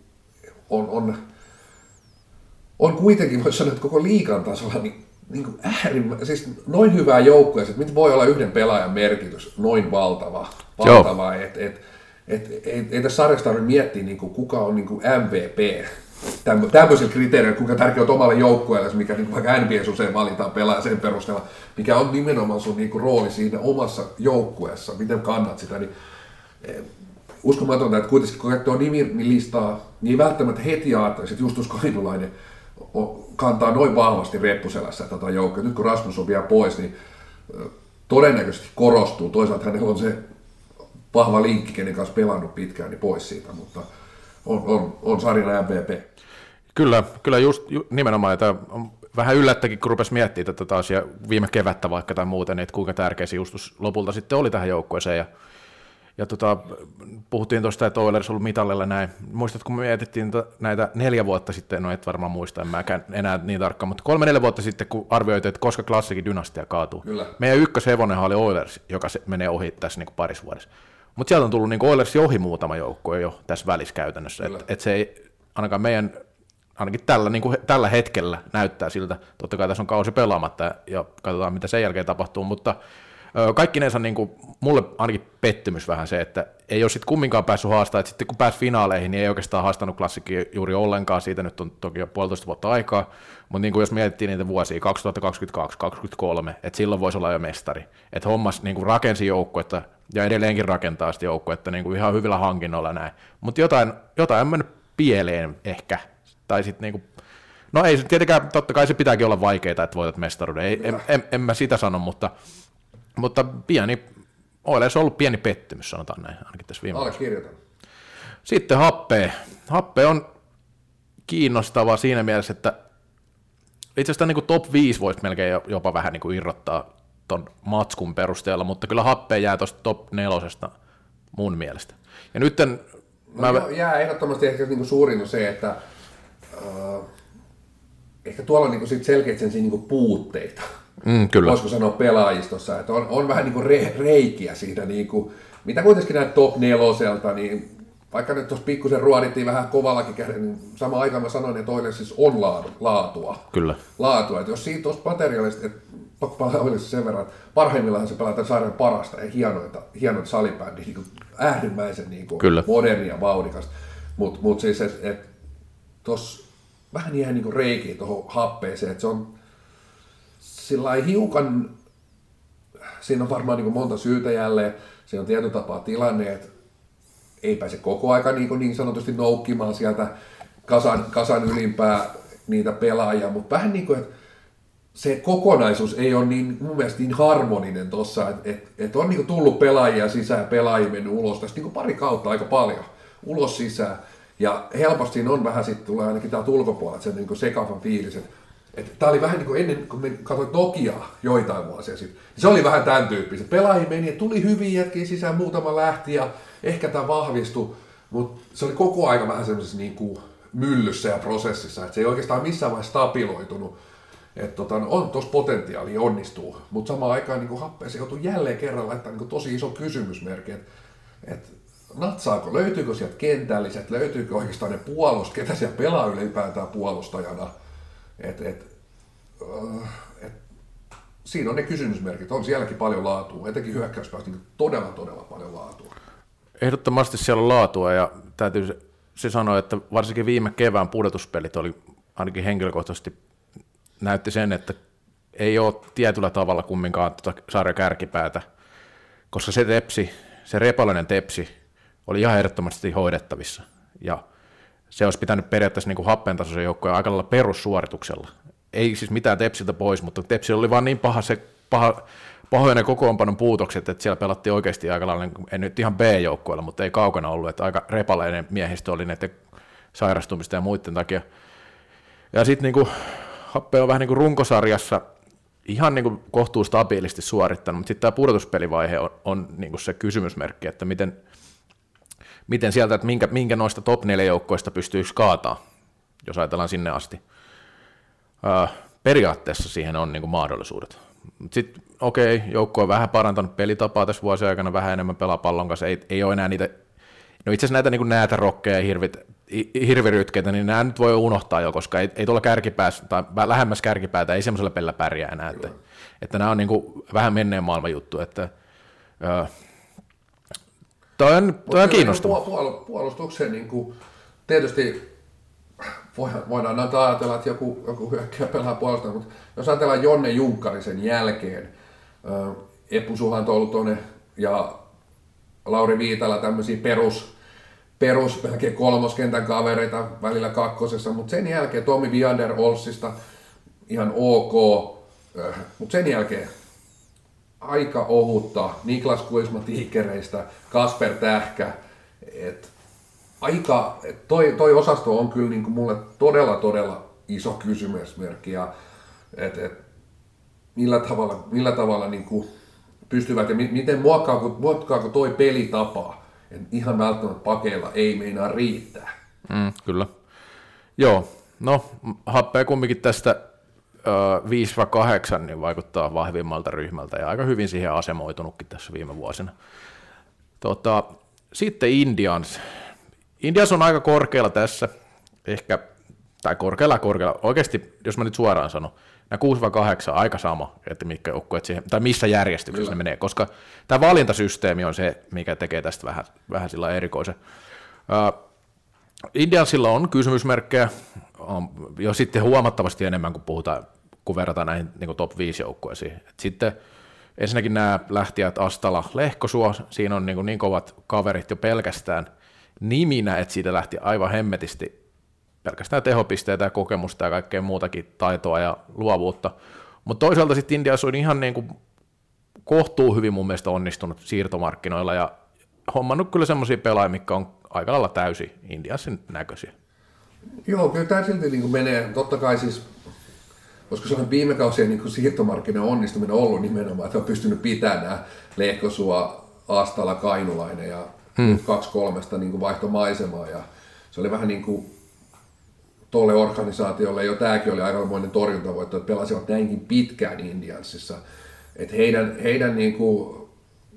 on kuitenkin, voisi sanoa, että koko liigan tasolla niin kuin siis noin hyvää joukkoa, että mitä voi olla yhden pelaajan merkitys noin valtava ei tässä sarjassa tarvitse miettiä, niin kuin, kuka on niin kuin MVP tämmöisillä kriteereillä, kuinka tärkeä on omalle joukkueelle, mikä niin vaikka NBA:ssä usein valitaan pelaaja sen perusteella, mikä on nimenomaan sun niin kuin rooli siinä omassa joukkueessa, miten kannat sitä, niin uskomatonta, että kuitenkin kun katsoo nimilistaa, niin välttämättä heti ajattelisi, että Justus Kainulainen kantaa noin vahvasti reppuselässä tätä joukkoa. Nyt kun Rasmus on vielä pois, niin todennäköisesti korostuu. Toisaalta hänellä on se vahva linkki, kenen kanssa pelannut pitkään, niin pois siitä, mutta on sarjan MVP. Kyllä just nimenomaan, että vähän yllättäkin, kun rupesi miettimään tätä asiaa viime kevättä vaikka tai muuten, että kuinka tärkeä se Justus lopulta sitten oli tähän joukkueeseen. Ja puhuttiin tuosta, että Oilers on ollut mitallilla näin. Muistatko, kun me mietittiin näitä 4 vuotta sitten, no et varmaan muista, en mäkään enää niin tarkkaan, mutta 3-4 vuotta sitten, kun arvioitiin, että koska klassikin dynastia kaatuu. Kyllä. Meidän ykköshevonenhan oli Oilers, joka menee ohi tässä niin kuin parissa vuodessa. Mutta sieltä on tullut niin Oilersin ohi muutama joukkue jo tässä välissä käytännössä. Et se ei ainakaan ainakin tällä hetkellä näyttää siltä. Totta kai tässä on kausi pelaamatta ja katsotaan, mitä sen jälkeen tapahtuu, mutta Kaikkinensa niin kuin, mulle ainakin pettymys vähän se, että ei ole sitten kumminkaan päässyt haastamaan, että sitten kun pääsi finaaleihin, niin ei oikeastaan haastanut klassikkia juuri ollenkaan, siitä nyt on toki jo 1,5 vuotta aikaa, mutta niin kuin jos mietittiin niitä vuosia, 2022, 2023, että silloin voisi olla jo mestari, että hommas niin kuin rakensi joukkuetta ja edelleenkin rakentaa sitä joukkuetta niin kuin ihan hyvillä hankinnoilla näin, mutta jotain on mennyt pieleen ehkä, tai sitten niin kuin, no ei tietenkään, totta kai se pitääkin olla vaikeaa, että voitat mestaruuden, en mä sitä sano, mutta pieni, Oilers on ollut pieni pettymys, sanotaan näin, ainakin tässä viime vuonna. Sitten Happe on kiinnostava siinä mielessä, että itse asiassa niin kuin top 5 voisi melkein jopa vähän niin kuin irrottaa ton matskun perusteella, mutta kyllä Happe jää tuosta top 4 mun mielestä. Ja nytten jää ehdottomasti ehkä niin kuin suurin on se, että ehkä tuolla on niin kuin sit selkeästi niin kuin puutteita. Kyllä. Voisiko sanoa pelaajistossa, että on vähän niin kuin reikiä siinä, niin kuin, mitä kuitenkin näet top 4, niin vaikka nyt tuossa pikkusen ruodittiin vähän kovallakin käden, niin samaan aikaan mä sanoin, että Oilers siis on laatua. Kyllä. Laatua, että jos siitä tuosta materiaalista, että Oilers sen verran, että parhaimmillaan se pelaa tämän sarjan parasta ja hienoita salibändiä, niin äärimmäisen niin kuin modernia ja vauhdikasta, mutta siis, että tuossa vähän jää niin kuin reikiä tuohon Happeeseen, että se on sillä hiukan, siinä on varmaan niin monta syytä jälleen, siinä on tietyn tapaa tilanne, että ei pääse koko aika niin sanotusti noukkimaan sieltä kasan ylimpää niitä pelaajia, mutta vähän niin kuin, että se kokonaisuus ei ole niin, mun mielestä niin harmoninen tuossa, että on niin kuin tullut pelaajia sisään, pelaajia mennyt ulos, tässä niin kuin pari kautta aika paljon, ulos sisään, ja helposti siinä on vähän sitten tulee ainakin täältä ulkopuolelta se niin kuin sekavan fiilis, tämä oli vähän niin kuin ennen, kun me katsoin Nokiaa joitain vuosia sitten, niin se oli vähän tämän tyyppistä. Pelaajia meni, että tuli hyviä jätkiä sisään, muutama lähti ja ehkä tämä vahvistui, mutta se oli koko aika vähän semmoisessa niin kuin myllyssä ja prosessissa, että se ei oikeastaan missään vaiheessa stabiloitunut. Että on tuossa potentiaalia, onnistuu, mutta samaan aikaan niin Happeeseen joutui jälleen kerran laittaa niin tosi iso kysymysmerkki, että natsaako, löytyykö sieltä kentälliset, löytyykö oikeastaan ne puolustajat, ketä siellä pelaa ylipäätään puolustajana. Siinä on ne kysymysmerkit, on sielläkin paljon laatua, etenkin hyökkäyspäässä niin todella paljon laatua. Ehdottomasti siellä on laatua ja täytyy se sanoa, että varsinkin viime kevään pudotuspelit oli ainakin henkilökohtaisesti näytti sen, että ei ole tietyllä tavalla kumminkaan sarjan kärkipäätä, koska se repalainen tepsi oli ihan ehdottomasti hoidettavissa ja se olisi pitänyt periaatteessa niin kuin Happen tasoisen joukkojen aika lailla perussuorituksella. Ei siis mitään Tepsiltä pois, mutta Tepsillä oli vaan niin pahoja ne kokoonpanon puutokset, että siellä pelattiin oikeasti aika lailla, en nyt ihan B-joukkoilla, mutta ei kaukana ollut, että aika repaleinen miehistö oli näiden sairastumista ja muiden takia. Ja sitten niin Happe on vähän niin kuin runkosarjassa ihan niin kuin kohtuu stabiilisti suorittanut, mutta sitten tämä pudotuspelivaihe on niin kuin se kysymysmerkki, että miten sieltä, että minkä noista top 4 joukkoista pystyisi kaataa, jos ajatellaan sinne asti. Periaatteessa siihen on niin kuin mahdollisuudet. Sitten joukko on vähän parantanut pelitapaa tässä vuosien aikana, vähän enemmän pelaa pallon kanssa, ei ole enää niitä, no itse asiassa näitä niin kuin näätärokkeja ja hirvirytkeitä, niin nämä nyt voi unohtaa jo, koska ei tuolla kärkipäässä, tai lähemmäs kärkipäätä, ei semmoisella pelillä pärjää enää, että nämä on niin kuin vähän menneen maailman juttu, että Toi on kiinnostava. Puolustukseen niin kuin, tietysti voidaan ajatella, että joku hyökkää pelaa puolustaa, mutta jos ajatellaan Jonne Junkkarisen jälkeen, Eppu Suhantoulutonen ja Lauri Viitala tämmöisiä perus melkein kolmoskentän kavereita välillä kakkosessa, mutta sen jälkeen Tommi Viander Olssista ihan ok, mutta sen jälkeen aika ohutta, Niklas Kuisma Tiikereistä, Kasper Tähkä, toi osasto on kyllä niinku mulle todella iso kysymysmerkki ja millä tavalla niinku pystyvät ja miten muokkaako toi pelitapa, että ihan välttämättä pakeilla ei meinaa riittää. Kyllä. Joo, no Happea kumminkin tästä 5-8 niin vaikuttaa vahvimmalta ryhmältä ja aika hyvin siihen asemoitunutkin tässä viime vuosina. Sitten Indians. Indians on aika korkealla tässä, ehkä tai korkealla, oikeasti, jos mä nyt suoraan sanon, nämä 6-8 aika sama, että mitkä joukkueet siihen, tai missä järjestyksessä ne menee, koska tämä valintasysteemi on se, mikä tekee tästä vähän sillä erikoisen. Indiansilla on kysymysmerkkejä, jo sitten huomattavasti enemmän, kun verrataan näihin niin top 5 joukkueisiin. Sitten ensinnäkin nämä lähtijät Astala, Lehkosuo, siinä on niin kovat kaverit jo pelkästään niminä, että siitä lähti aivan hemmetisti pelkästään tehopisteitä ja kokemusta ja kaikkea muutakin taitoa ja luovuutta. Mutta toisaalta sitten Indias on ihan niin kuin kohtuu hyvin mun mielestä onnistunut siirtomarkkinoilla ja hommannut kyllä semmoisia pelaajia, mitkä on aika lailla täysin Indiasin näköisiä. Joo, kyllä tämä silti niin kuin menee, totta kai siis, koska se on viime kausien niin siirtomarkkinoiden onnistuminen ollut nimenomaan, että on pystynyt pitämään nämä Lehkosuo, Astala, Kainulainen ja 2-3 niin vaihtomaisemaa ja se oli vähän niin kuin tolle organisaatiolle, jo tämäkin oli aikamoinen torjuntavoitto, että pelasivat näinkin pitkään Indiansissa, että heidän niin kuin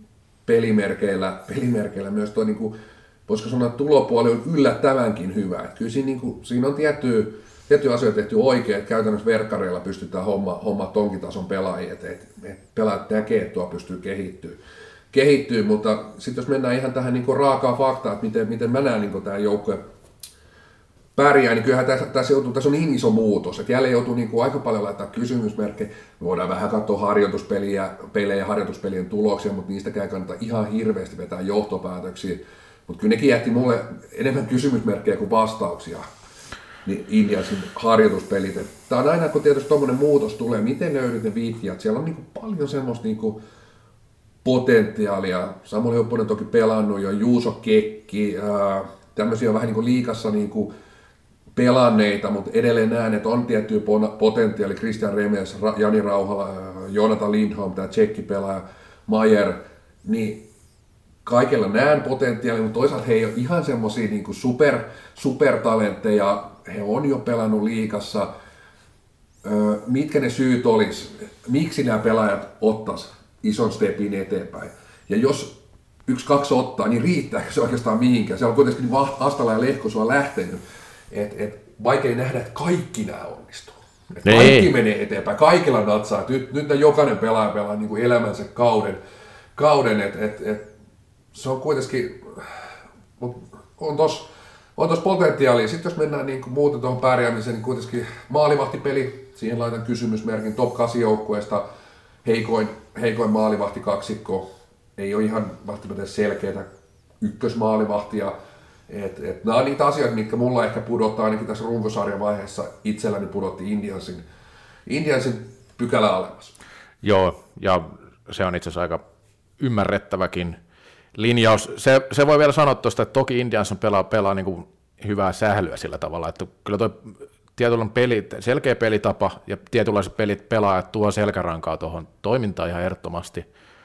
pelimerkeillä myös tuo, niin kuin, voisiko sanoa, tulopuoli on yllättävänkin hyvä. Että kyllä siinä on tiettyjä asioita tehty oikein, että käytännössä verkkareilla pystytään homma tonkin tason pelaajia, että pelaajat näkee, että tuo pystyy kehittyy, mutta sitten jos mennään ihan tähän niin kuin raakaa faktaa, että miten mä näen niin tämä joukkue pärjää, niin kyllähän tässä on niin iso muutos, että jälleen joutuu niin kuin aika paljon laittaa kysymysmerkkejä. Me voidaan vähän katsoa harjoituspelien tuloksia, mutta niistäkään ei kannata ihan hirveästi vetää johtopäätöksiä. Mutta kyllä nekin jätti mulle enemmän kysymysmerkkejä kuin vastauksia, niin Indiansin harjoituspelit. Tämä on aina, kun tietysti tuommoinen muutos tulee, miten löydät ne viittijat. Siellä on niin kuin paljon semmoista niin kuin potentiaalia. Samuli Hopponen toki pelannut jo, Juuso Kekki, tämmöisiä on vähän niin kuin liigassa niin kuin pelanneita, mutta edelleen näen, että on tiettyä potentiaali. Christian Remes, Jani Rauhala, Jonathan Lindholm, tämä tsekkipelaaja, Mayer, niin kaikilla näen potentiaalia, mutta toisaalta he ei ole ihan semmoisia niin kuin supertalentteja, he on jo pelannut liigassa. Mitkä ne syyt olisi, miksi nämä pelaajat ottaisi ison stepin eteenpäin? Ja jos 1-2 ottaa, niin riittääkö se oikeastaan mihinkään? Se on kuitenkin Astala ja Lehkosuo lähtenyt. Vaikea nähdä, että kaikki nämä onnistuu. Kaikki menee eteenpäin, kaikilla natsaa. Nyt jokainen pelaa niin kuin elämänsä kauden se on kuitenkin, on tuossa potentiaalia. Sitten jos mennään niin kuin muuten tuohon pärjäämiseen, niin kuitenkin maalivahtipeli, siihen laitan kysymysmerkin top 8 joukkueesta, heikoin maalivahtikaksikko, ei ole ihan välttämättä selkeää ykkösmaalivahtia. Nämä on niitä asioita, mitkä mulla ehkä pudottaa ainakin tässä runkosarjan vaiheessa. Itselläni pudotti Indiansin pykälä alemmas. Joo, ja se on itse asiassa aika ymmärrettäväkin linjaus. Se voi vielä sanoa tuosta, että toki Indians pelaa niin kuin hyvää sählyä sillä tavalla, että kyllä tuo tietynlainen selkeä pelitapa ja tietynlaiset pelaajat tuo selkärankaa tuohon toimintaan ihan ehdottomasti.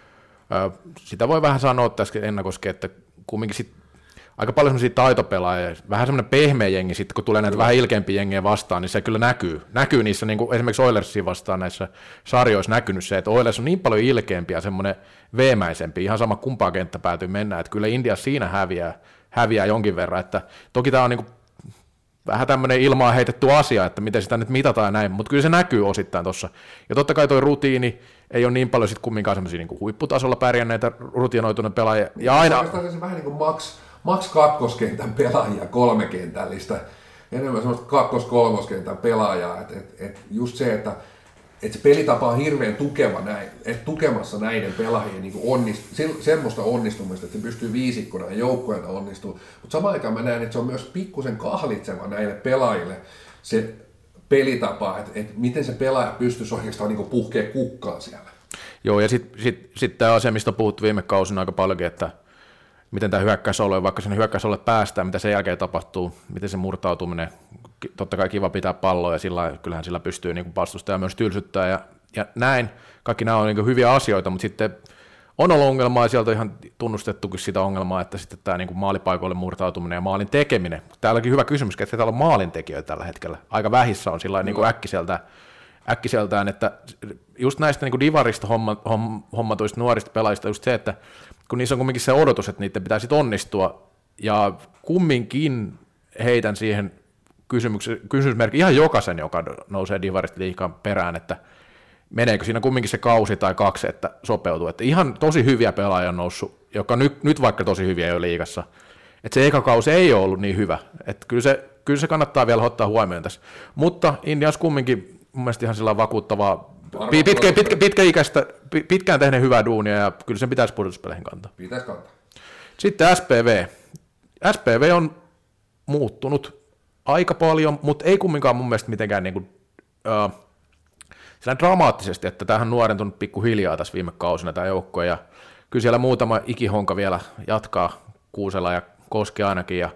Sitä voi vähän sanoa tässä ennakoskin, että kumminkin sitten aika paljon sellaisia taitopelaajia, vähän semmoinen pehmeä jengi, sitten kun tulee näitä vähän ilkeämpiä jengejä vastaan, niin se kyllä näkyy niissä, niin kuin esimerkiksi Oilersiin vastaan näissä sarjoissa näkynyt se, että Oilers on niin paljon ilkeämpi ja semmoinen veemäisempi, ihan sama kumpaa kenttä päätyy mennä, että kyllä India siinä häviää jonkin verran, että toki tämä on niin kuin vähän tämmöinen ilmaan heitetty asia, että miten sitä nyt mitataan ja näin, mutta kyllä se näkyy osittain tuossa, ja totta kai tuo rutiini ei ole niin paljon sitten kumminkaan semmoisia niin kuin huipputasolla pärjänneitä rutiinoituneita pelaajia, ja aina se vähän niin kuin Max kakkoskentän pelaajia, kolmekentällistä, enemmän semmoista kakkos-kolmoskentän pelaajaa, että just se, että se pelitapa on hirveän tukeva tukemassa näiden pelaajien niin semmoista onnistumista, että se pystyy viisikkona ja joukkueena onnistumaan, mutta samaan aikaan mä näen, että se on myös pikkusen kahlitseva näille pelaajille se pelitapa, että miten se pelaaja pystyisi oikeastaan niin puhkea kukkaan siellä. Joo, ja sitten tämä asia, mistä on puhuttu viime kausina aika paljonkin, että miten tämä hyökkäysalue, vaikka sinne hyökkäysalue päästään, mitä sen jälkeen tapahtuu, miten se murtautuminen, totta kai kiva pitää palloa ja kyllähän sillä pystyy niin vastustaja myös tylsyttää ja näin, kaikki nämä on niin hyviä asioita, mutta sitten on ollut ongelmaa ja sieltä on ihan tunnustettukin sitä ongelmaa, että sitten tämä niin maalipaikoille murtautuminen ja maalin tekeminen, täälläkin hyvä kysymys, että täällä on maalintekijöitä tällä hetkellä, aika vähissä on sillä niin äkkiseltään, että just näistä niin divarista hommatuista nuorista pelaajista just se, että kun niissä on kumminkin se odotus, että niiden pitää sitten onnistua, ja kumminkin heitän siihen kysymysmerkki ihan jokaisen, joka nousee divarista liigaan perään, että meneekö siinä kumminkin se kausi tai 2, että sopeutuu. Että ihan tosi hyviä pelaajia on noussut, joka nyt vaikka tosi hyviä jo liigassa. Että se eka kausi ei ole ollut niin hyvä. Että kyllä se kannattaa vielä ottaa huomioon tässä. Mutta Indians kumminkin mun mielestä ihan sillä vakuuttavaa, pitkäikäistä, pitkään tehneen hyvää duunia ja kyllä sen pitäisi pudotuspeleihin kantaa. Pitäisi kantaa. Sitten SPV. SPV on muuttunut aika paljon, mutta ei kumminkaan mun mielestä mitenkään niin kuin, sillä dramaattisesti, että tämähän on nuorentunut pikkuhiljaa tässä viime kausina tämä joukko, ja kyllä siellä muutama ikihonka vielä jatkaa, Kuusela ja Koski ainakin, ja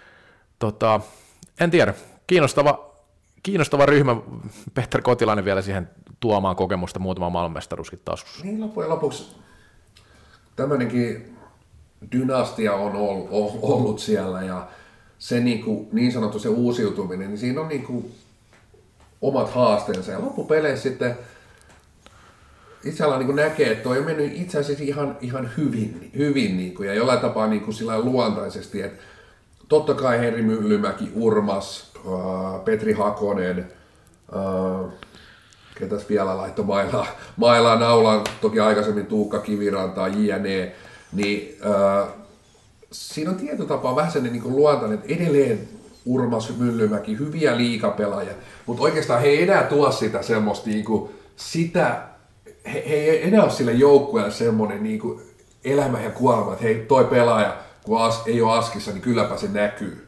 en tiedä, kiinnostava ryhmä, Peter Kotilainen vielä siihen tuomaan kokemusta, muutama maailmanmestaruuskin taskussa. Niin loppujen lopuksi tämmöinenkin dynastia on ollut siellä, ja se niin sanottu se uusiutuminen, niin siinä on niin kuin omat haasteensa, ja loppupeleissä sitten itse asiassa niin näkee, että toi on mennyt itse asiassa ihan hyvin niin kuin, ja jollain tapaa niin kuin sillä luontaisesti, että totta kai Henri Myllymäki, Urmas, Petri Hakonen, ketäs vielä laittoi mailaa naulaan, toki aikaisemmin Tuukka Kivirantaa, JNE, niin siinä on tietyllä tapaa vähän sellainen niin kuin luontainen, että edelleen Urmas, Myllymäki, hyviä liigapelaajia, mutta oikeastaan he ei enää tuo sitä semmoista, niin kuin sitä, he ei enää ole sille joukkueelle semmoinen niin kuin elämä ja kuolema, että hei, toi pelaaja, kun ei ole askissa, niin kylläpä se näkyy.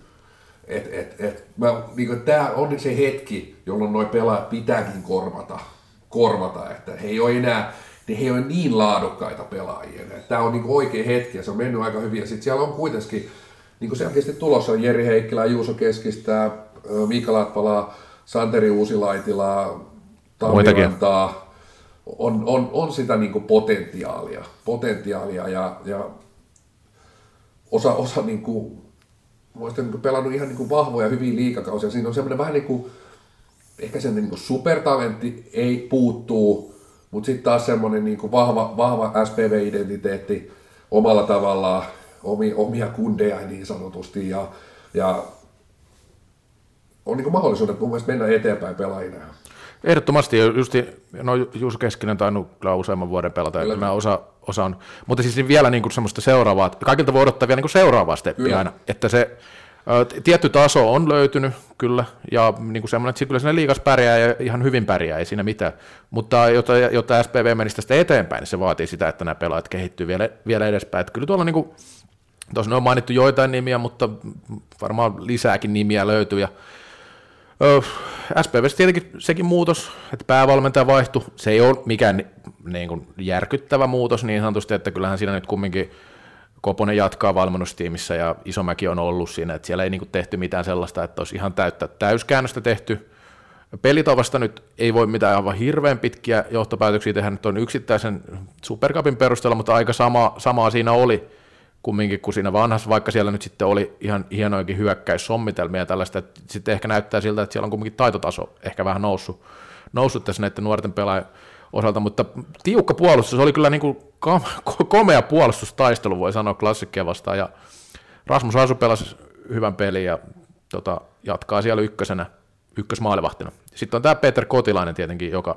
Niin tämä on se hetki, jolloin nuo pelaajat pitääkin korvata, että he ei ole niin laadukkaita pelaajia. Tämä on niin oikea hetki ja se on mennyt aika hyvin. Ja sitten siellä on kuitenkin niin selkeästi tulossa Jeri Heikkilä, Juuso Keskistä, Mika Latvala, Santeri Uusilaitila, Tammirantaa. On sitä niin potentiaalia ja osa niin kuin, niin pelannut ihan niin vahvoja hyviä liigakausia. Siinä on semmoinen vähän niin kuin, ehkä sen niin supertalentti ei puuttuu, mutta sitten taas semmoinen niin vahva SPV-identiteetti omalla tavallaan, omia kundeja niin sanotusti, ja on niin mahdollisuudet mun mielestä mennä eteenpäin pelaajina. Ehdottomasti, Juuso Keskinen tainnut kyllä useamman vuoden pelata, ja kyllä osa on, mutta siis vielä niin kuin semmoista seuraavaa, kaikilta voi odottaa vielä niin kuin seuraavaa steppiä aina, että se tietty taso on löytynyt kyllä, ja niin kuin semmoinen, että kyllä siinä liigas pärjää ja ihan hyvin pärjää, ei siinä mitään, mutta jotta SPV menisi tästä eteenpäin, niin se vaatii sitä, että nämä pelaajat kehittyy vielä edespäin, että kyllä tuolla niin kuin, tuossa on mainittu joitain nimiä, mutta varmaan lisääkin nimiä löytyy, ja SPV:ssä tietenkin sekin muutos, että päävalmentaja vaihtui, se ei ole mikään niin kuin järkyttävä muutos niin sanotusti, että kyllähän siinä nyt kumminkin Koponen jatkaa valmennustiimissä ja Isomäki on ollut siinä, että siellä ei niin kuin tehty mitään sellaista, että olisi ihan täyskäännöstä tehty. Pelitavasta nyt ei voi mitään aivan hirveän pitkiä johtopäätöksiä tehdä, nyt on yksittäisen Supercupin perusteella, mutta aika samaa siinä oli kumminkin kuin siinä vanhassa, vaikka siellä nyt sitten oli ihan hienoinkin hyökkäyssommitelmia ja tällaista, että sitten ehkä näyttää siltä, että siellä on kumminkin taitotaso ehkä vähän noussut tässä näiden nuorten pelaajien osalta, mutta tiukka puolustus, oli kyllä niin kuin komea puolustustaistelu, voi sanoa Klassikkia vastaan, ja Rasmus Asu pelasi hyvän pelin ja jatkaa siellä ykkösmaalivahtina. Sitten on tämä Peter Kotilainen tietenkin, joka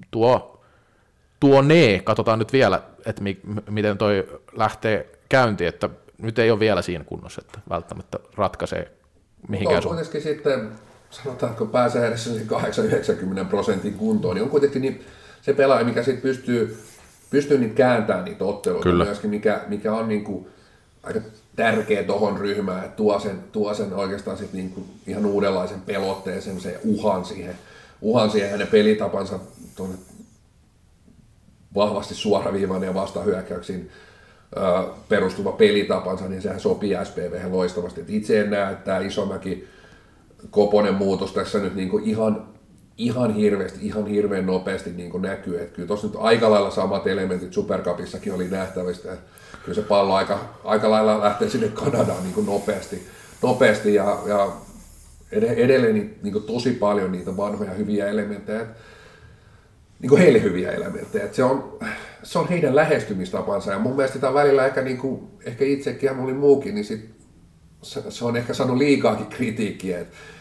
katsotaan nyt vielä, että miten toi lähtee käyntiin, että nyt ei ole vielä siinä kunnossa, että välttämättä ratkaisee mihinkään sun. Kuitenkin sitten, sanotaanko pääsee edes 8-90% kuntoon, niin on kuitenkin niin se pelaaja, mikä sitten pystyy niin kääntämään niitä otteluita, myöskin mikä on niin kuin aika tärkeä tuohon ryhmään, että tuo sen oikeastaan sit niin kuin ihan uudenlaisen pelotteen, semmoisen uhan siihen hänen pelitapansa tuonne vahvasti suoraviivainen ja vastahyökkäyksiin perustuva pelitapansa, niin sehän sopii SPV:hen loistavasti. Et itse en näe, että tämä Isomäki Koponen muutos tässä nyt niin kuin ihan hirveän nopeasti niin kuin näkyy. Et kyllä tuossa nyt aika lailla samat elementit Supercupissakin oli nähtävistä. Kyllä se pallo aika lailla lähtee sinne Kanadaan niin kuin nopeasti ja edelleen niin kuin tosi paljon niitä vanhoja hyviä elementtejä, niin kuin heille hyviä elementtejä. Se on heidän lähestymistapansa ja mun mielestä sitä välillä ehkä itsekin ja moni muukin, niin se on ehkä saanut liikaakin kritiikkiä, että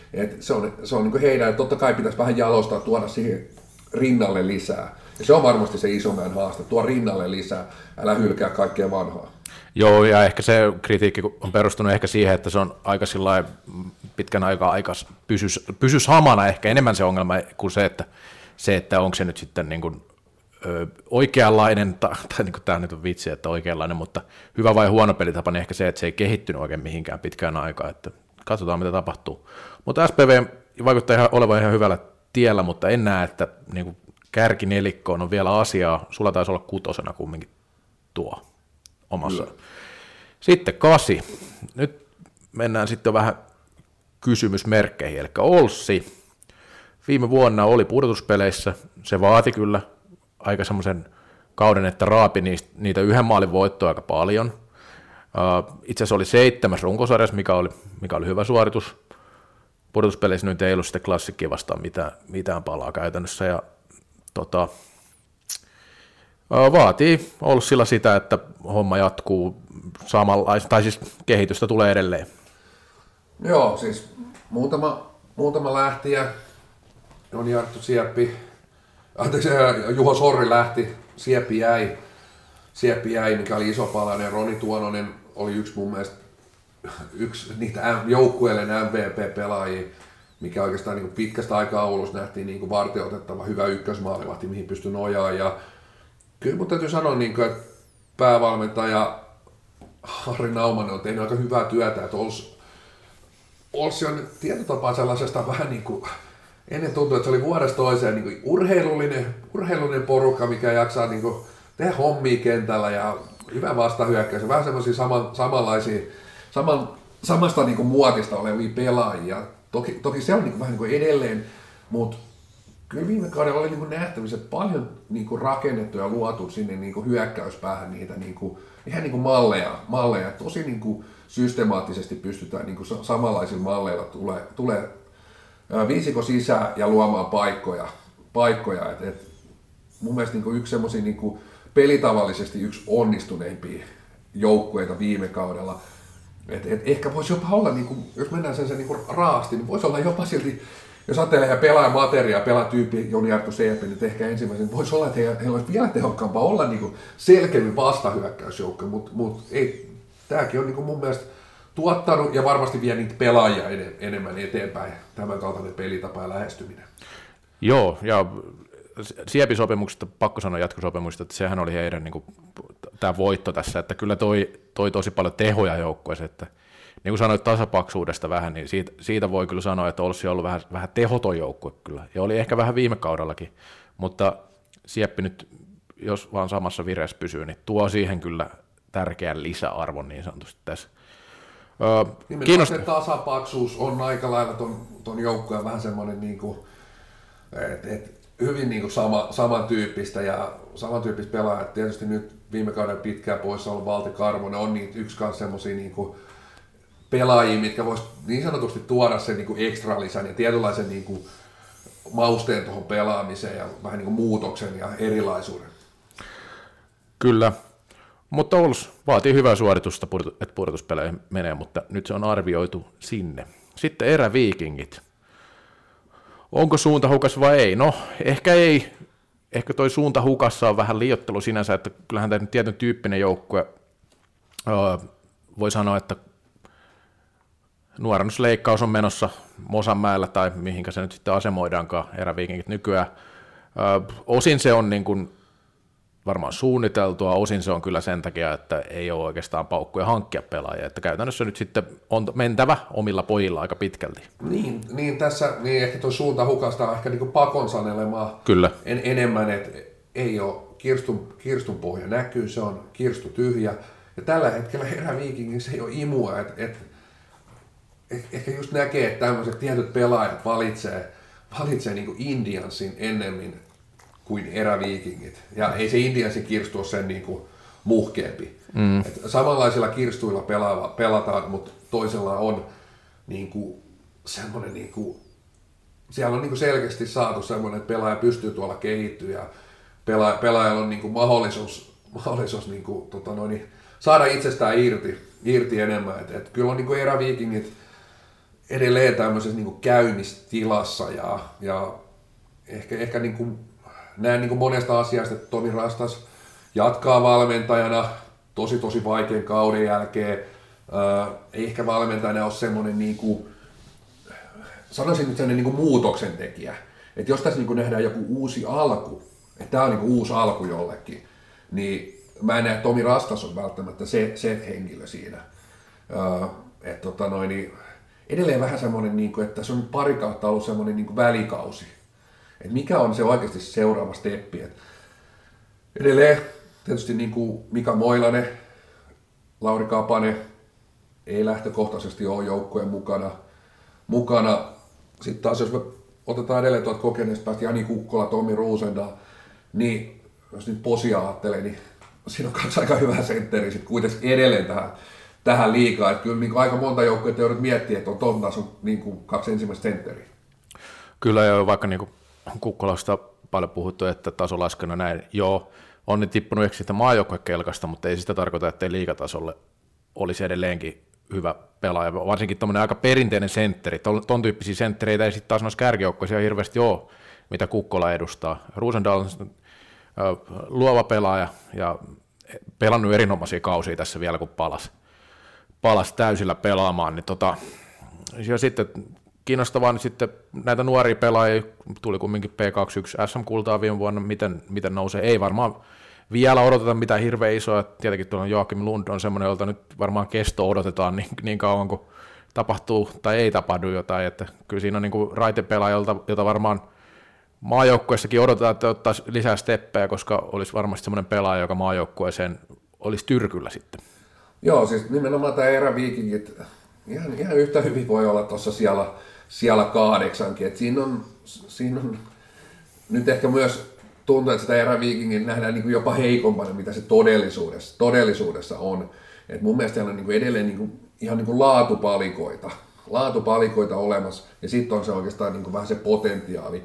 Et se on niin heidän, totta kai pitäisi vähän jalostaa, tuoda siihen rinnalle lisää. Ja se on varmasti se Isomäen haaste, tuo rinnalle lisää, älä hylkää kaikkea vanhaa. Joo, ja ehkä se kritiikki on perustunut ehkä siihen, että se on aika pitkän aikaa pysy samana, ehkä enemmän se ongelma kuin se, että onko se nyt sitten niin kuin, oikeanlainen, tai niin kuin tämä nyt on vitsi, että oikeanlainen, mutta hyvä vai huono pelitapa, niin ehkä se, että se ei kehittynyt oikein mihinkään pitkään aikaa, että katsotaan mitä tapahtuu. Mutta SPV vaikuttaa olevan ihan hyvällä tiellä, mutta en näe, että niin kuin kärkinelikkoon on vielä asiaa, sulla taisi olla 6 kumminkin tuo omassa. Kyllä. Sitten 8. Nyt mennään sitten vähän kysymysmerkkeihin, eli Olssi. Viime vuonna oli pudotuspeleissä, se vaati kyllä aika semmoisen kauden, että raapi niitä 1 maalin voittoa aika paljon. Itse asiassa oli 7. runkosarjassa, mikä oli hyvä suoritus. Pudotuspeleissä nyt ei ollut sitten Klassikkia vastaan mitään palaa käytännössä, ja vaatii Olssilla sitä, että homma jatkuu samanlaista, tai siis kehitystä tulee edelleen. Joo, siis muutama lähtiä, Joni Arttu Sieppi, Juho Sorri lähti, Sieppi jäi, mikä oli iso palanen. Roni Tuononen oli mun mielestä yksi niitä joukkueiden MVP-pelaajia, mikä oikeastaan niin pitkästä aikaa Oulussa nähtiin niin vartioitettava hyvä ykkösmaalivahti, mihin pystyi nojaamaan. Ja kyllä mun täytyy sanoa, että päävalmentaja Harri Naumanen on tehnyt aika hyvää työtä, että Olssi on tietotapaa sellaisesta vähän niin kuin, ennen tuntui, että se oli vuodesta toiseen niin kuin urheilullinen porukka, mikä jaksaa niin kuin tehdä hommia kentällä ja hyvä vastahyökkäys. Vähän semmoisia samanlaisia, samasta niin kuin muotista olevia pelaajia. Toki se on niin kuin, vähän niin kuin edelleen, mutta kyllä viime kaudella oli niin kuin nähtävissä paljon niin kuin rakennettu ja luotu sinne niin kuin hyökkäyspäähän niitä niin kuin, ihan niin kuin malleja. Tosi niin kuin systemaattisesti pystytään niin kuin samanlaisilla malleilla tulee viisikko sisään ja luomaan paikkoja. Mun mielestä niin kuin yksi semmoisia niin kuin pelitavallisesti yksi onnistuneimpia joukkueita viime kaudella. Ehkä voisi jopa olla, niin kuin, jos mennään sen niin kuin raasti, niin voisi olla jopa silti, jos ajattelee pelaajamateriaa, pelaatyyppi Joni Arttu Sieppi, niin ehkä ensimmäisen voisi olla, että heillä olisi vielä tehokkaampaa olla niin kuin selkeämmin vastahyökkäysjoukko, mutta ei, tämäkin on niin kuin mun mielestä tuottanut ja varmasti vie niitä pelaajia enemmän eteenpäin, tämän kaltainen pelitapa ja lähestyminen. Joo, ja Siepin sopimuksesta, pakko sanoa jatkosopimuksesta, että sehän oli heidän niin kuin, tämä voitto tässä, että kyllä toi tosi paljon tehoja joukkueeseen, että niin kuin sanoit tasapaksuudesta vähän, niin siitä voi kyllä sanoa, että Olssi on ollut vähän tehoton joukkue kyllä, ja oli ehkä vähän viime kaudellakin, mutta Sieppi nyt, jos vaan samassa vireessä pysyy, niin tuo siihen kyllä tärkeän lisäarvon niin sanotusti tässä. Nimenomaan se tasapaksuus on aika lailla ton joukkueen vähän semmoinen, niin kuin, että hyvin niin kuin samantyyppistä ja samantyyppistä pelaajat. Tietysti nyt viime kauden pitkään poissa ollut Valti Karvonen on niitä yksi kanssa semmoisia niin kuin pelaajia, mitkä vois niin sanotusti tuoda sen niin kuin ekstra lisän ja tietynlaisen niin kuin mausteen tuohon pelaamiseen ja vähän niin kuin muutoksen ja erilaisuuden. Kyllä, mutta Oulus vaatii hyvää suoritusta, että pudotuspeleihin menee, mutta nyt se on arvioitu sinne. Sitten eräviikingit. Onko suunta hukas vai ei? No, ehkä ei. Ehkä toi suunta hukassa on vähän liioittelu sinänsä, että kyllähän tämä tietyn tyyppinen joukkue voi sanoa, että nuorennusleikkaus on menossa Mosanmäellä tai mihinkä se nyt sitten asemoidaankaan eräviikingit nykyään. Osin se on niin kuin varmaan suunniteltua, osin se on kyllä sen takia, että ei ole oikeastaan paukkuja hankkia pelaajia, että käytännössä nyt sitten on mentävä omilla pojilla aika pitkälti. Niin tässä niin ehkä tuo suunta hukasta on ehkä niin kuin pakon sanelemaa kyllä. Enemmän, että ei ole kirstun pohja näkyy, se on kirstu tyhjä ja tällä hetkellä eräviikingissä ei ole imua, että ehkä just näkee, että tämmöiset tietyt pelaajat valitsee niin kuin Indiansin ennemmin kuin eräviikingit. Ja ei se Indiansin kirstu ole sen niin kuin muhkeampi. Samanlaisilla kirstuilla pelataan, mutta toisella on niin kuin semmoinen, niin kuin, siellä on niin kuin selkeästi saatu semmoinen, että pelaaja pystyy tuolla kehittyä ja pelaajalla on niin kuin mahdollisuus niin kuin, saada itsestään irti enemmän. Et kyllä on niin kuin eräviikingit edelleen tämmöisessä niin kuin käymistilassa ja ehkä niin kuin, näen niin kuin monesta asiasta, että Tomi Rastas jatkaa valmentajana tosi vaikean kauden jälkeen. Ei ehkä valmentajana ole semmoinen, niin kuin, sanoisin nyt semmoinen niin kuin muutoksen tekijä. Että jos tässä niin kuin nähdään joku uusi alku, että tämä on niin kuin uusi alku jollekin, niin mä en näe, että Tomi Rastas on välttämättä se henkilö siinä. Niin edelleen vähän semmoinen, niin kuin, että se on pari kautta ollut semmoinen niin kuin välikausi. Että mikä on se oikeasti seuraava steppi. Et edelleen tietysti niin kuin Mika Moilanen, Lauri Kapanen ei lähtökohtaisesti ole joukkojen mukana. Sitten taas jos me otetaan edelleen tuolta kokeneesta päästä Jani Kukkola, Tommi Roosendahl, niin jos nyt Posia ajattelee, niin siinä on kaksi aika hyvää sentteriä sitten kuitenkin edelleen tähän liigaan. Että kyllä niin aika monta joukkoa joudut miettimään, että on tuon tason niin kaksi ensimmäistä sentteriä. Kyllä jo vaikka niin Kukkolasta paljon puhuttu, että tasolaskena näin, joo, on ne tippunut ehkä siitä maajoukkuekelkasta, mutta ei sitä tarkoita, että ei liigatasolle olisi edelleenkin hyvä pelaaja, varsinkin tuommoinen aika perinteinen sentteri, ton tyyppisiä senttereitä ei sitten taas noissa kärkijoukkoissa hirveästi ole, mitä Kukkola edustaa. Roosendahl on luova pelaaja ja pelannut erinomaisia kausia tässä vielä, kun palasi täysillä pelaamaan, niin ja sitten kiinnostavaa, niin sitten näitä nuoria pelaajia tuli kumminkin P21 SM-kultaa viime vuonna, miten nousee, ei varmaan vielä odoteta mitään hirveän isoa, tietenkin tuolla Joakim Lund on semmoinen, jolta nyt varmaan kesto odotetaan niin kauan kuin tapahtuu tai ei tapahdu jotain, että kyllä siinä on niin kuin raitepelaaja, jota varmaan maajoukkueessakin odotetaan, että ottaisi lisää steppejä, koska olisi varmasti semmoinen pelaaja, joka maajoukkueeseen olisi tyrkyllä sitten. Joo, siis nimenomaan tämä eräviikingit ihan yhtä hyvin voi olla tuossa siellä 8, että siinä on nyt ehkä myös tuntuu, että sitä eräviikingin nähdään niin kuin jopa heikompana, mitä se todellisuudessa on. Et mun mielestä siellä on niin kuin edelleen niin kuin, ihan niin kuin laatupalikoita olemassa, ja sitten on se oikeastaan niin kuin vähän se potentiaali,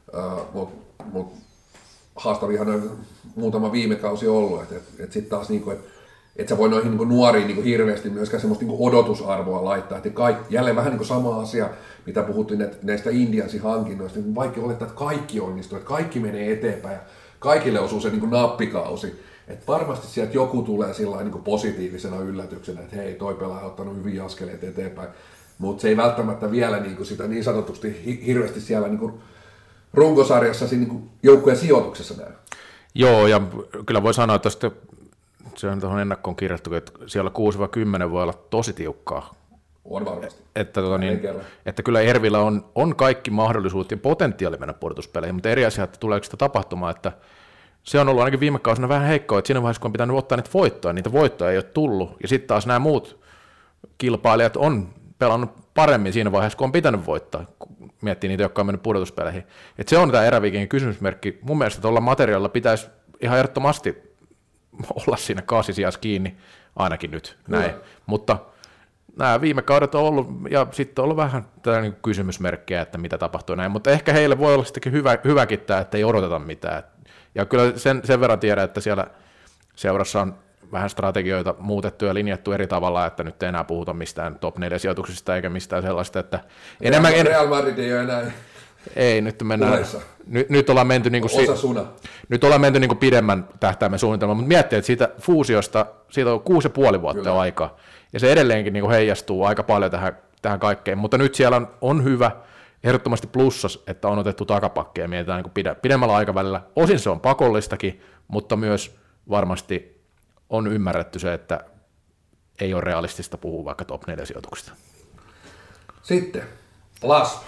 mutta haastavihan on muutama viime kausi ollut, että sitten taas niin kuin, että sä voi noihin niin nuoriin niin hirveästi myöskään semmoista niin odotusarvoa laittaa. Että jälleen vähän niin sama asia, mitä puhuttiin näistä Indiansi-hankinnoista, niin vaikka olettaa, että kaikki onnistuu, että kaikki menee eteenpäin ja kaikille osuu se niin nappikausi. Että varmasti sieltä joku tulee sillä niin positiivisena yllätyksenä, että hei, toi pelaaja on ottanut hyviä askeleita eteenpäin. Mutta se ei välttämättä vielä niin sitä niin sanotusti hirveästi siellä niin runkosarjassa niin joukkueen sijoituksessa näy. Joo, ja kyllä voi sanoa, että se on tuohon ennakkoon kirjattu, että siellä 6-10 voi olla tosi tiukkaa. On varmasti. Että kyllä Ervillä on kaikki mahdollisuudet ja potentiaali mennä pudotuspeleihin, mutta eri asia, että tuleeko sitä tapahtumaan, että se on ollut ainakin viime kausina vähän heikkoa, että siinä vaiheessa, kun on pitänyt ottaa niitä voittoja ei ole tullut, ja sitten taas nämä muut kilpailijat on pelannut paremmin siinä vaiheessa, kun on pitänyt voittaa, kun miettii niitä, jotka on mennyt pudotuspeihin. Että se on tämä eräviikingin kysymysmerkki. Mun mielestä tuolla materiaalilla pitäisi ihan ehdottomasti olla siinä kaasisijassa kiinni, ainakin nyt näin. Mutta nämä viime kaudet on ollut, ja sitten on ollut vähän tätä niin kysymysmerkkiä, että mitä tapahtuu näin, mutta ehkä heille voi olla sittenkin hyväkin tämä, että ei odoteta mitään. Ja kyllä sen verran tiedän, että siellä seurassa on vähän strategioita muutettu ja linjattu eri tavalla, että nyt ei enää puhuta mistään top 4 sijoituksista eikä mistään sellaista, että Real Madrid ei ole enää. Ei, nyt mennään. Nyt ollaan menty nyt ollaan menty niin kuin pidemmän tähtäimen suunnitelmaan, mutta miettii, että siitä fuusiosta siitä on 6,5 vuotta aikaa, ja se edelleenkin niin kuin heijastuu aika paljon tähän kaikkeen, mutta nyt siellä on hyvä, ehdottomasti plussas, että on otettu takapakkeja ja mietitään niin kuin pidemmällä aikavälillä. Osin se on pakollistakin, mutta myös varmasti on ymmärretty se, että ei ole realistista puhua vaikka top 4 sijoituksista. Sitten Laspa.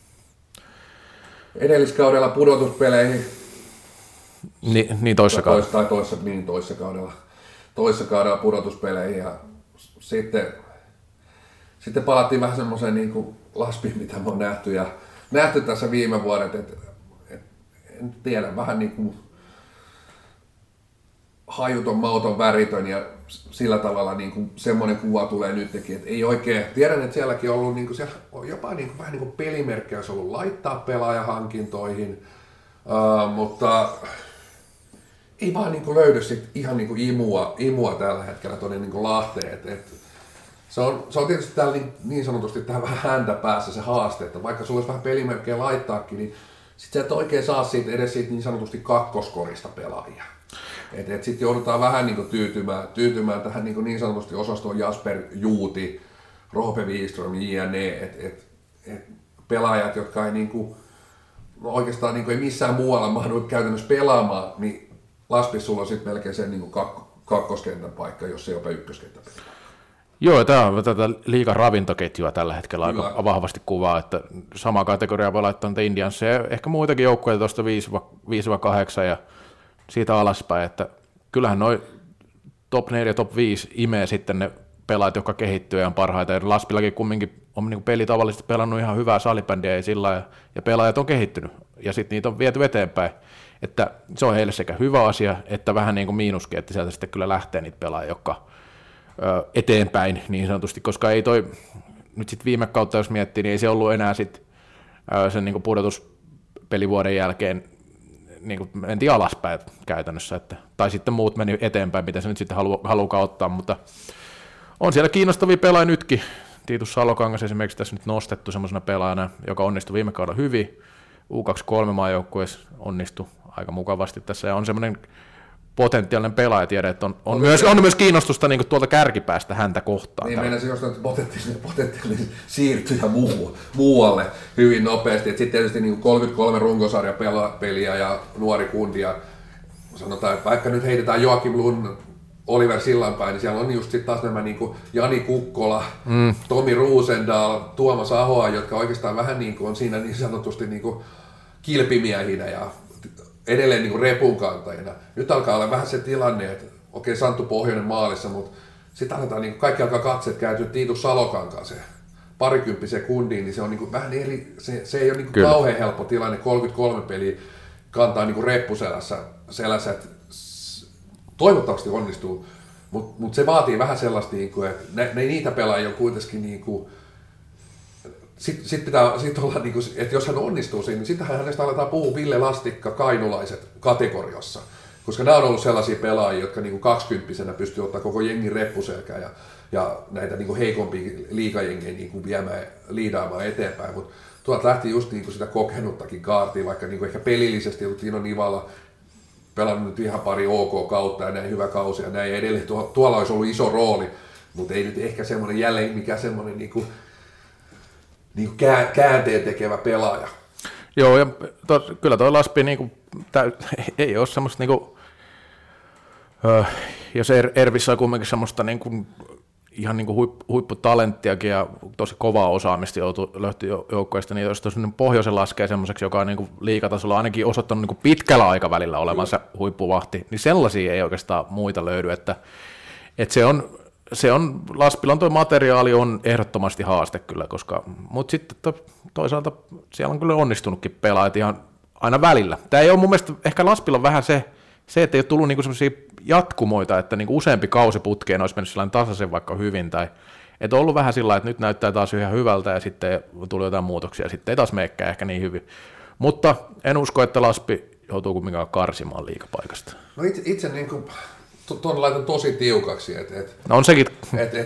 Edelliskaudella pudotuspeleihin. Niin toissa kaudella. Toissa kaudella pudotuspeleihin ja sitten palattiin vähän semmoiseen niin kuin Laspiin, mitä me on nähty tässä viime vuodet, että en tiedä, vähän niin kuin hajuton, mauton, väritön ja sillä tavalla niin kuin semmoinen kuva tulee nytkin, että ei oikein, tiedän, että sielläkin on ollut niin kuin, siellä on jopa niin kuin, vähän niin kuin pelimerkkejä olisi ollut laittaa pelaajahankintoihin, mutta ei vaan niin kuin löydy sit ihan niin kuin imua tällä hetkellä tuonne niin kuin Lahteen, että Se on tietysti täällä niin sanotusti tähän vähän häntä päässä se haaste, että vaikka sulla olisi vähän pelimerkkejä laittaakin, niin sit sä et oikein saa siitä edes siitä niin sanotusti kakkoskorista pelaajia. Sitten joudutaan vähän niin tyytymään tähän niin sanotusti osastoon Jasper Juuti, Roope Wikström, jne. Pelaajat, jotka ei oikeastaan ei missään muualla mahdu käytännössä pelaamaan, niin Laspissa sulla on sitten melkein sen kakkoskentän paikka, jos ei jopa ykköskentän paikka. Joo, tämä on tätä liigan ravintoketjua tällä hetkellä aika vahvasti kuvaa, että sama kategoria voi laittaa niitä Indianssia ja ehkä muitakin joukkoja tuosta 5-8 ja siitä alaspäin, että kyllähän noi top 4 top 5 imee sitten ne pelaajat, jotka kehittyy ja on parhaita. Ja Laspillakin kumminkin on niin peli tavallisesti pelannut ihan hyvää salibändiä ja pelaajat on kehittynyt ja sitten niitä on viety eteenpäin. Että se on heille sekä hyvä asia että vähän niin kuin miinuskin, että sieltä sitten kyllä lähtee niitä pelaajia, jotka eteenpäin niin sanotusti, koska ei toi, nyt sitten viime kautta jos miettii, niin ei se ollut enää sitten sen niin pudotuspelivuoden jälkeen niin kuin mentiin alaspäin käytännössä, tai sitten muut meni eteenpäin, mitä se nyt sitten haluaa ottaa, mutta on siellä kiinnostavia pelaajia nytkin. Tiitus Salokangas esimerkiksi tässä nyt nostettu semmoisena pelaajana, joka onnistui viime kaudella hyvin. U23-maajoukkueessa onnistui aika mukavasti tässä ja on semmoinen potentiaalinen pelaaja, tiedä, että on myös kiinnostusta niin tuolta kärkipäästä häntä kohtaan. Niin mennä se jostain potentiaalinen siirtyjä muualle hyvin nopeasti. Sitten tietysti niin 33 runkosarja peliä ja nuori kundia. Sanotaan, että vaikka nyt heitetään Joakim Lund, Oliver Sillanpäin, niin siellä on just sit taas nämä niin kuin Jani Kukkola, Tomi Ruusendahl, Tuomas Ahoa, jotka oikeastaan vähän niin kuin on siinä niin sanotusti niin kuin kilpimiehinä ja edelleen niin kuin repunkantajina. Nyt alkaa olla vähän se tilanne, että okei, Santtu Pohjonen maalissa, mutta sitten aletaan niin kaikki alkaa katseet kääntyä Tiitus Salokankaan se parikymppisen kundiin, niin se on niin kuin vähän eri, se ei ole niin kuin kauhean helppo tilanne, 33 peliä kantaa niin kuin reppuselässä, että toivottavasti onnistuu, mutta se vaatii vähän sellaista, niin kuin, että niitä pelaajia on kuitenkin niin kuin, Sitten olla, niin kuin, että jos hän onnistuu siinä, niin sittenhän hänestä aletaan puhua Ville Lastikka, kainulaiset kategoriassa. Koska nämä on ollut sellaisia pelaajia, jotka niin 20-vuotiaana pystyy ottaa koko jengin reppuselkään ja näitä niin heikompia liigajengejä niin liidaamaan eteenpäin. Mutta tuolta lähti just niin sitä kokenuttakin kaartia, vaikka niin ehkä pelillisesti Tino Nivala pelannut nyt ihan pari OK kautta ja näin hyvä kausi ja näin edelleen. Tuolla olisi ollut iso rooli, mutta ei nyt ehkä semmoinen jälleen mikä semmoinen niin käänteen tekevä pelaaja. Joo, ja kyllä toi Laspi ei ole semmoista, jos Ervissä on kuitenkin semmoista ihan huipputalenttiakin ja tosi kovaa osaamista löytyy joukkoista, niin jos tuossa pohjoisen laskee semmoiseksi, joka on liigatasolla ainakin osoittanut pitkällä aikavälillä olevansa huippuvahti, niin sellaisia ei oikeastaan muita löydy, että se on, Laspilon tuo materiaali on ehdottomasti haaste kyllä, mutta sitten toisaalta siellä on kyllä onnistunutkin pelaajat ihan aina välillä. Tämä ei ole mun mielestä, ehkä Laspilon vähän se että ei ole tullut sellaisia jatkumoita, että useampi kausi putkeen olisi mennyt sellainen tasaisen vaikka hyvin, tai että on ollut vähän sillä että nyt näyttää taas ihan hyvältä ja sitten tuli jotain muutoksia, sitten ei taas meekään ehkä niin hyvin. Mutta en usko, että Laspi joutuu kumminkaan karsimaan liigapaikasta. No itse tuon laitan tosi tiukaksi, no on sekin.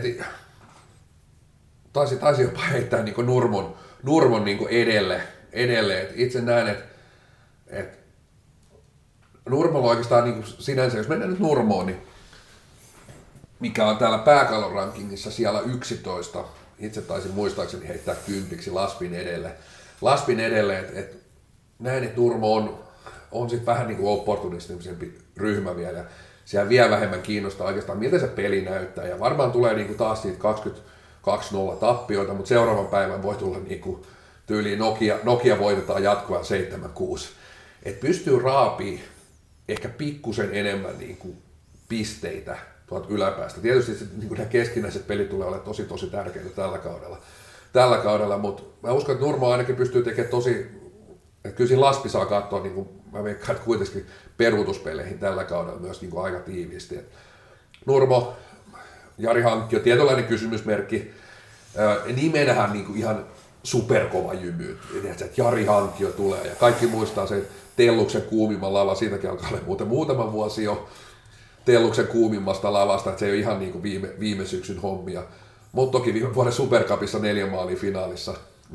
Taisi jopa heittää Nurmon edelle. Itse näen, että Nurmolla oikeastaan sinänsä, jos mennään nyt Nurmoon, niin mikä on täällä pääkallon rankingissa siellä 11, itse taisin muistaakseni heittää 10 Laspin edelle, että näen, että Nurmo on sitten vähän opportunistisempi ryhmä vielä. Siellä vielä vähemmän kiinnostaa oikeastaan, miltä se peli näyttää. Ja varmaan tulee taas siitä 22-0 tappioita, mutta seuraavan päivän voi tulla tyyliin Nokia voitetaan jatkuvan 7-6. Että pystyy raapii ehkä pikkusen enemmän pisteitä tuolta yläpäästä. Tietysti nämä keskinäiset pelit tulee olemaan tosi tärkeitä tällä kaudella, mutta mä uskon, että Nurmo ainakin pystyy tekemään että kyllä siinä Laspi saa katsoa, mä veikkaan, että kuitenkin peruutuspeleihin tällä kaudella myös aika tiiviisti. Et Nurmo, Jari Hankkio, tietynlainen kysymysmerkki, nimenähän ihan superkova jymy, että Jari Hankkio tulee ja kaikki muistaa sen Telluksen kuumimman lava, siitäkin alkaa olla muutama vuosi jo Telluksen kuumimmasta lavasta, että se ei ole ihan viime syksyn hommia. Mutta toki viime vuoden Supercupissa 4 maalia finaalissa.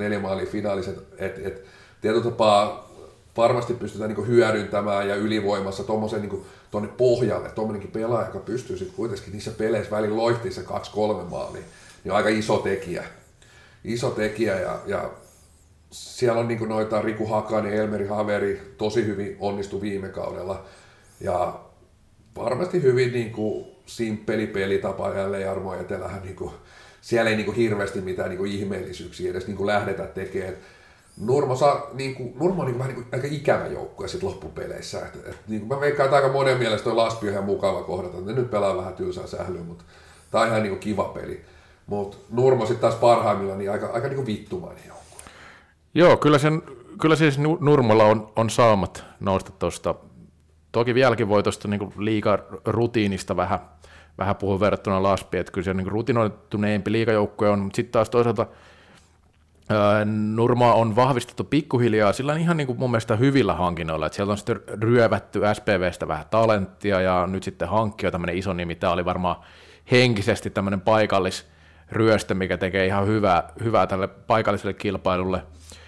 Et tietyllä tapaa varmasti pystytään niinku hyödyntämään ja ylivoimassa tuommoisen niinku tuonne pohjalle. Tuommoinenkin pelaaja, joka pystyy sitten kuitenkin niissä peleissä välillä loihtii se 2-3 maalia, niin on aika iso tekijä ja siellä on niinku noita Riku Hakanen, Elmeri Haveri tosi hyvin onnistu viime kaudella ja varmasti hyvin niinku simppeli pelitapa jälleen Jarmo Etelähän niinku, siellä ei niinku hirveästi mitään niinku ihmeellisyyksiä edes niinku lähdetä tekemään. Nurmo on niinku vähän niinku aika ikävä joukkue sit loppupeleissä. Niinku mä veikkaan, että aika monen mielestä toi Laspi on ihan mukava kohdata. Ne nyt pelaa vähän tylsää sählyä, mutta tää on ihan niinku kiva peli. Mut Nurmo sit taas parhaimmillaan niin aika niinku vittumainen joukkue. Joo, kyllä siis Nurmolla on saamat nousta tuosta. Toki vieläkin voi tuosta niinku liigarutiinista vähän puhua verrattuna Laspiin, että kyllä se niinku rutinoituneempi liigajoukkue on, mutta sitten taas toisaalta Nurmoa on vahvistettu pikkuhiljaa sillä ihan niin kuin mun mielestä hyvillä hankinnoilla, että sieltä on sitten ryövätty SPVstä vähän talenttia ja nyt sitten hankkia tämmöinen iso nimi, tämä oli varmaan henkisesti tämmöinen paikallisryöstö, mikä tekee ihan hyvää tälle paikalliselle kilpailulle.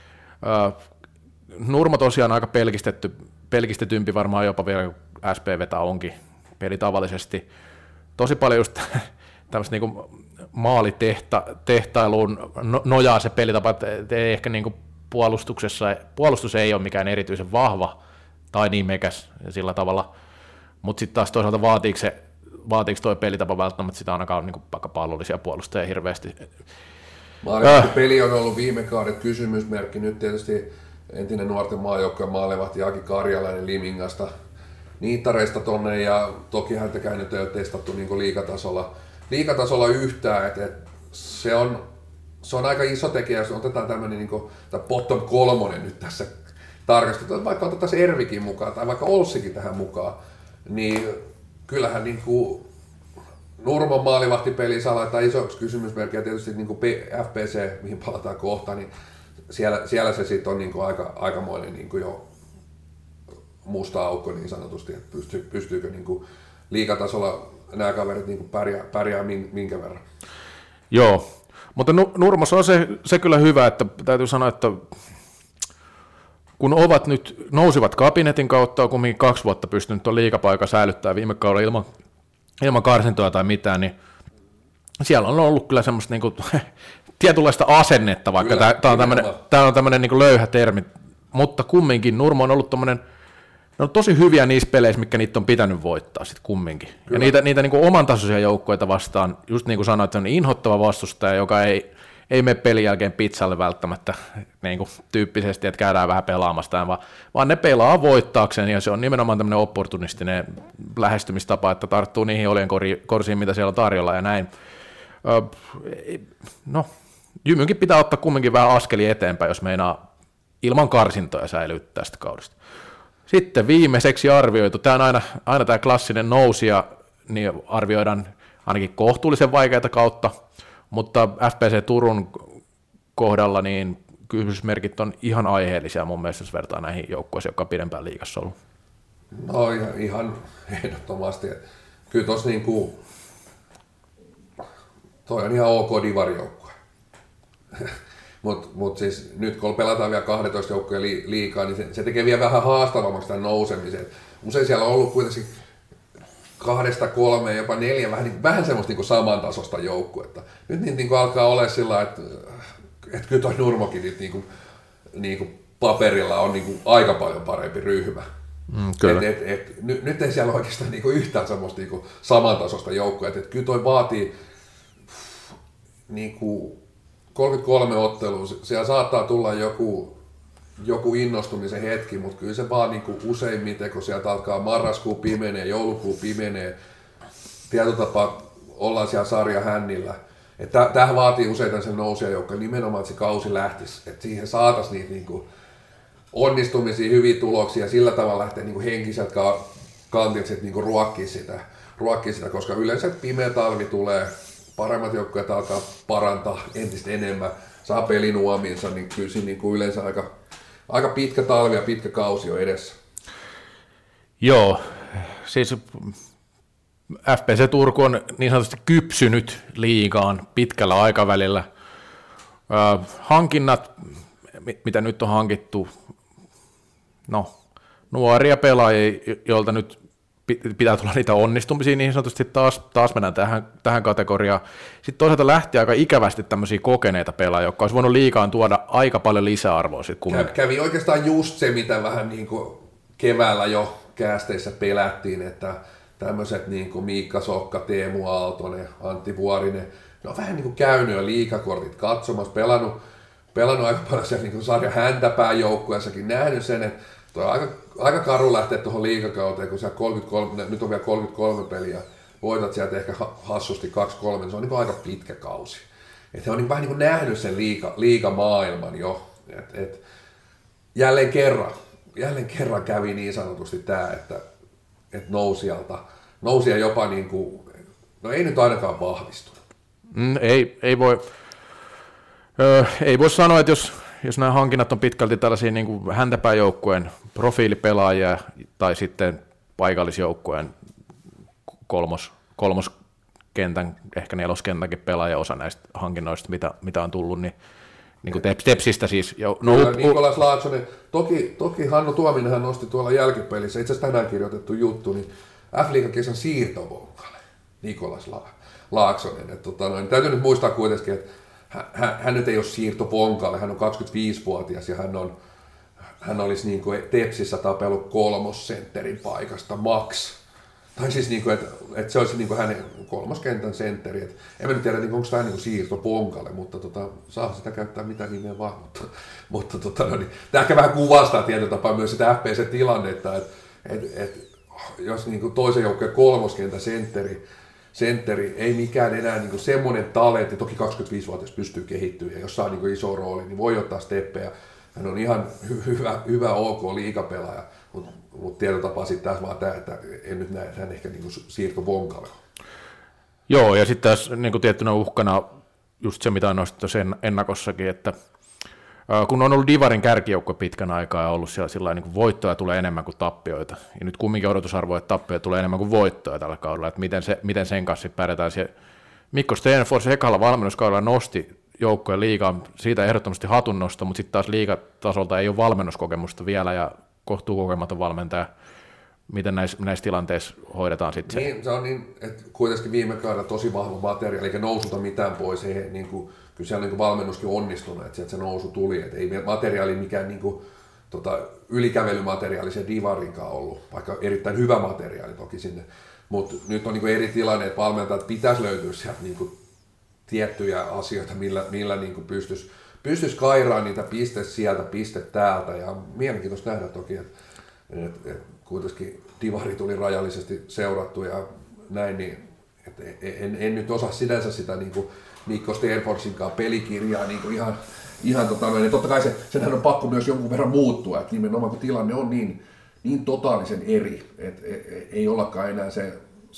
Nurmo tosiaan aika pelkistetympi varmaan jopa vielä kuin SPVtä onkin pelitavallisesti. Tosi paljon just tämmöistä niinku maalitehtailuun nojaa se pelitapa, että ei ehkä niinku puolustus ei ole mikään erityisen vahva tai niin mekäs sillä tavalla, mutta sitten taas toisaalta vaatiiko tuo pelitapa välttämättä sitä ainakaan niinku vaikka pallollisia puolustajia hirveästi. Peli on ollut viime kauden kysymysmerkki, nyt tietysti entinen nuorten maajoukkojen maalevahti Jaki Karjalainen Limingasta, niittareista tonne ja toki häntäkään nyt ei ole testattu niinku liigatasolla yhtään, että se on aika iso tekijä, jos otetaan tämmöinen niinku, bottom 3 nyt tässä tarkastetaan, vaikka otetaan Ervikin mukaan tai vaikka Olssikin tähän mukaan, niin kyllähän niinku Nurmon maalivahtipeli saa laittaa isoksi kysymysmerkkiä, tietysti niinku FPC, mihin palataan kohta, niin siellä se sitten on niinku aikamoinen niinku jo musta aukko niin sanotusti, että pystyykö niinku liigatasolla nämä kaverit niinku pärjää minkä verran. Joo, mutta Nurmossa on se kyllä hyvä, että täytyy sanoa, että kun nousivat kabinetin kautta, on kumminkin 2 vuotta pystynyt tuon liigapaikan säilyttämään viime kaudella ilman karsintoa tai mitään, niin siellä on ollut kyllä semmoista niinku, tietynlaista asennetta, vaikka tämä on tämmöinen niinku löyhä termi, mutta kumminkin Nurmo on ollut tommoinen, ne on tosi hyviä niissä peleissä, mitkä niitä on pitänyt voittaa sitten kumminkin. Kyllä. Ja niitä niinku oman tasoisia joukkoita vastaan, just niin kuin sanoit, se on inhottava vastustaja, joka ei mene pelin jälkeen pizzalle välttämättä niin kuin tyyppisesti, että käydään vähän pelaamasta, vaan ne pelaa voittaakseen, ja se on nimenomaan tämmöinen opportunistinen lähestymistapa, että tarttuu niihin oljenkorsiin, mitä siellä on tarjolla ja näin. No, Jymynkin pitää ottaa kumminkin vähän askeli eteenpäin, jos meinaa ilman karsintoja säilyttää tästä kaudesta. Sitten viimeiseksi arvioitu, tämä on aina tämä klassinen nousija, niin arvioidaan ainakin kohtuullisen vaikeata kautta, mutta FPC Turun kohdalla niin kysymysmerkit on ihan aiheellisia mun mielestä, jos vertaa näihin joukkueisiin, jotka on pidempään liigassa ollut. No ihan ehdottomasti. Kyllä tuossa niinku, toi on ihan ok divarijoukkue. Mutta siis nyt kun pelataan vielä 12 joukkoja liikaa, niin se tekee vielä vähän haastavammaksi tämän nousemisen. Usein siellä on ollut kuitenkin 2-3, jopa 4 vähän semmoista niin samantasosta joukkuetta. Nyt niitä niin alkaa olla sillä, että kyllä tuo Nurmokin niin paperilla on niin aika paljon parempi ryhmä. Nyt ei siellä oikeastaan niin yhtään semmoista niin samantasosta joukkuetta. Kyllä toi vaatii niin 33 ottelua, siellä saattaa tulla joku innostumisen hetki, mutta kyllä se vaan niinku useimmiten, kun sieltä alkaa marraskuu pimenee, joulukuu pimenee, tietyllä tapaa ollaan siellä sarjahännillä. Tämähän vaatii usein sen nousijajoukkoja nimenomaan, että se kausi lähtisi, että siihen saataisiin niitä niinku onnistumisia, hyviä tuloksia ja sillä tavalla lähtee niinku henkiseltä kantilta niinku ruokkii sitä, koska yleensä pimeä talvi tulee, paremmat joukkueet alkaa parantaa entistä enemmän, saa pelin uomiinsa, niin kyllä siinä niin kuin yleensä aika pitkä talvi ja pitkä kausi on edessä. Joo, siis FPC Turku on niin sanotusti kypsynyt liigaan pitkällä aikavälillä. Hankinnat, mitä nyt on hankittu, no nuoria pelaajia, joilta nyt pitää tulla niitä onnistumisia niin sanotusti, taas mennään tähän kategoriaan. Sitten toisaalta lähti aika ikävästi tämmöisiä kokeneita pelaajia, jotka olisi voinut liigaan tuoda aika paljon lisäarvoa. Kävi oikeastaan just se, mitä vähän niin kuin keväällä jo käästeissä pelättiin, että tämmöiset niin kuin Miikka Sokka, Teemu Aaltonen, Antti Vuorinen, ne on vähän niin kuin käynyt jo liigakortit katsomassa, pelannut aika paljon siellä niin sarjan häntäpään joukkueessakin, nähnyt sen, että tuo on aika karu lähteä tuohon liigakauteen, kun siellä 33, nyt on vielä 33 peliä, voitat sieltä ehkä hassusti 2-3, niin se on niin aika pitkä kausi. Että he on niin vähän niin kuin nähnyt sen liigamaailman jo. Jälleen kerran kävi niin sanotusti tämä, että nousi jopa niin kuin, no ei nyt ainakaan vahvistunut. Ei voi sanoa, että jos nämä hankinnat on pitkälti tällaisia niin kuin häntäpääjoukkueen profiilipelaajia tai sitten paikallisjoukkueen kolmoskentän, ehkä neloskentänkin pelaaja osa näistä hankinnoista, mitä on tullut, niin kuin Tepsistä siis. Nikolas Laaksonen, toki Hannu Tuominenhan nosti tuolla jälkipelissä, itse asiassa tänään kirjoitettu juttu, niin F-liigakesän siirtovonkalle, Nikolas Laaksonen. Täytyy nyt muistaa kuitenkin, että hän nyt ei ole siirtovonkalle, hän on 25-vuotias ja hän olisi niin kuin Tepsissä tapellut kolmossentterin paikasta max. Tai siis, niin kuin, että se olisi niin kuin hänen kolmoskentän sentteri. En mä nyt tiedä, onko tämä niin siirtoponkalle, mutta saa sitä käyttää mitä nimeä vaan. Mutta niin, tämä ehkä vähän kuvastaa tietyllä tapaa myös sitä FPC-tilannetta, että jos niin kuin toisen joukkojen kolmoskentän sentteri ei mikään enää niin kuin semmoinen talentti, toki 25-vuotias pystyy kehittymään ja jos saa niin kuin iso rooli, niin voi ottaa steppejä. Hän on ihan hyvä OK liigapelaaja. Mutta tietotapaa sitten taas vaan tämä, että en nyt näe, että hän ehkä niinku siirto vonkalle. Joo, ja sitten tässä niinku tiettynä uhkana just se, mitä on nostettu sen ennakossakin, että kun on ollut Divarin kärkijoukkue pitkän aikaa ja ollut siellä sillä niin voittoja tulee enemmän kuin tappioita, ja nyt kumminkin odotusarvo, että tappioita tulee enemmän kuin voittoja tällä kaudella, että miten sen kanssa pärjätään. Mikko Stenfors ekalla valmennuskaudella nosti joukkojen liigaan, siitä ehdottomasti hatunnosta, mutta sitten taas liigatasolta ei ole valmennuskokemusta vielä, ja kohtuu kokematon valmentaja, miten näissä tilanteissa hoidetaan sitten se? Niin, se on niin, että kuitenkin viime kaudella tosi vahva materiaali, eikä nousulta mitään pois, ei, niin kuin, kyllä siellä niin valmennuskin onnistunut, että se nousu tuli, että ei materiaali mikään niin kuin, ylikävelymateriaali se Divarinkaan ollut, vaikka erittäin hyvä materiaali toki sinne, mutta nyt on niin kuin eri tilanne, että valmentajat pitäisi löytyä sieltä niin kuin, tiettyjä asioita, millä niin kuin pystyisi kairaan niitä pisteitä sieltä, pisteet täältä, ja mielenkiintoista nähdä toki, että kuitenkin Divari tuli rajallisesti seurattu ja näin, niin en nyt osaa sinänsä sitä niin kuin Mikko Stenforsinkaan pelikirjaa niin kuin ihan totta kai senhän on pakko myös jonkun verran muuttua, että nimenomaan kun tilanne on niin totaalisen eri, että ei ollakaan enää se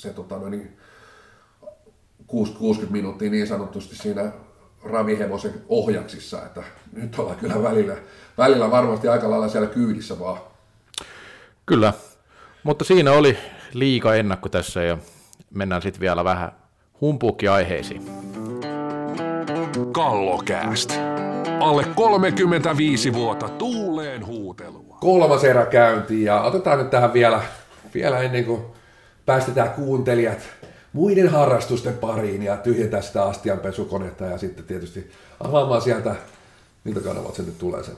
60 minuuttia niin sanotusti siinä ravihevosen ohjaksissa, että nyt ollaan kyllä välillä varmasti aika lailla siellä kyydissä vaan. Kyllä, mutta siinä oli liiga ennakko tässä ja mennään sitten vielä vähän humpuukki-aiheisiin. Kallokääst. Alle 35 vuotta tuuleen huutelua. 3. erä käyntiin ja otetaan nyt tähän vielä ennen kuin päästetään kuuntelijat muiden harrastusten pariin ja tyhjentää sitä astianpesukonetta ja sitten tietysti avaamaan sieltä, miltä kanavat se nyt tulee se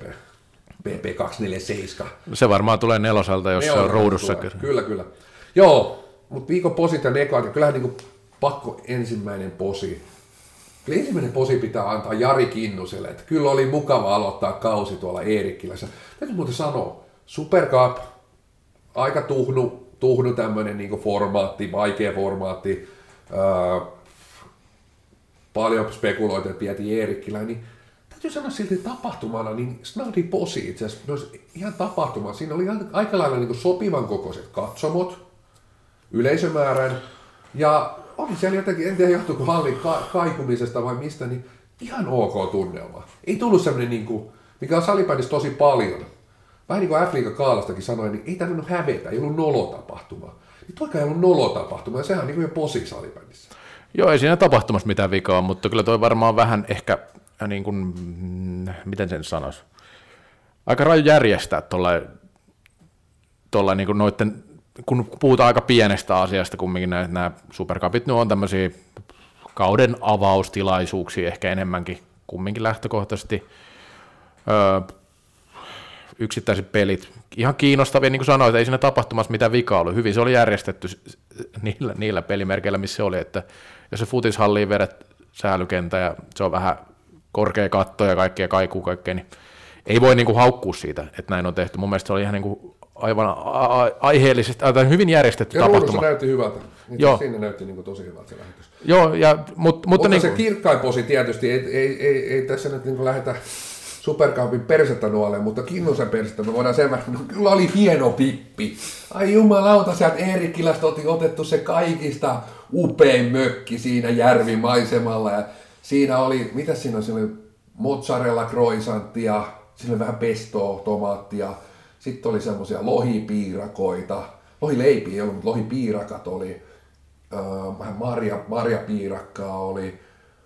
PP247. Se varmaan tulee 4, jos se on ruudussa. Kyllä. Joo, mutta viikon posit ja eka, niin kyllähän niin pakko ensimmäinen posi. Kyllä ensimmäinen posi pitää antaa Jari Kinnuselle, että kyllä oli mukava aloittaa kausi tuolla Eerikkilässä. Täytyy muuten sanoa, Super Cup, aika tuhnu tämmöinen niin formaatti, vaikea formaatti, paljon spekuloita, että vietiin Eerikkilään, niin täytyy sanoa silti tapahtumana, niin Snadi posi itse asiassa myös ihan tapahtuma. Siinä oli aika lailla niin sopivan kokoiset katsomot, yleisömäärän, ja oli siellä jotenkin, en tiedä johtuuko hallin kaikumisesta vai mistä, niin ihan ok tunnelma. Ei tullut semmoinen, niin kuin, mikä on salibändissä tosi paljon. Vähän niin kuin F-liiga Kaalastakin sanoi, niin ei tarvinnut hävetä, ei ollut nolotapahtuma. Toikaan ei ollut nolotapahtuma, ja sehän on niin kuin jo posi salibändissä. Joo, ei siinä tapahtumassa mitään vikaa, mutta kyllä toi varmaan vähän ehkä, niin kuin, miten sen sanoisi, aika raju järjestää tuolla niin kuin noitten, kun puhutaan aika pienestä asiasta, kumminkin nämä supercupit nyt on tämmöisiä kauden avaustilaisuuksia ehkä enemmänkin, kumminkin lähtökohtaisesti. Yksittäiset pelit, ihan kiinnostavia, niin kuin sanoit, ei siinä tapahtumassa mitään vikaa ollut. Hyvin se oli järjestetty niillä pelimerkeillä, missä se oli, että jos se futishalliin vedet säälykenttä ja se on vähän korkea katto ja kaikkea kaikuu kaikkea, niin ei voi niin kuin haukkua siitä, että näin on tehty. Mun mielestä se oli ihan niin kuin aivan aiheellisesti, hyvin järjestetty tapahtuma. Se näytti hyvältä. Joo. Siinä näytti niin kuin tosi hyvältä se lähetys. Joo, mutta niin se kirkkain posi tietysti, ei tässä nyt niin kuin lähdetä Supercupin persettä nuoleen, mutta Kinnusen persettä me voidaan sen verran, kyllä oli hieno pippi. Ai jumalauta, sieltä Eerikkilästä otettu se kaikista upein mökki siinä järvimaisemalla. Ja siinä oli, mitä siinä oli mozzarella croissanttia, siinä oli vähän pestoa, tomaattia. Sitten oli semmoisia lohipiirakoita. Lohileipiä ei ollut, mutta lohipiirakat oli. Vähän marjapiirakkaa oli.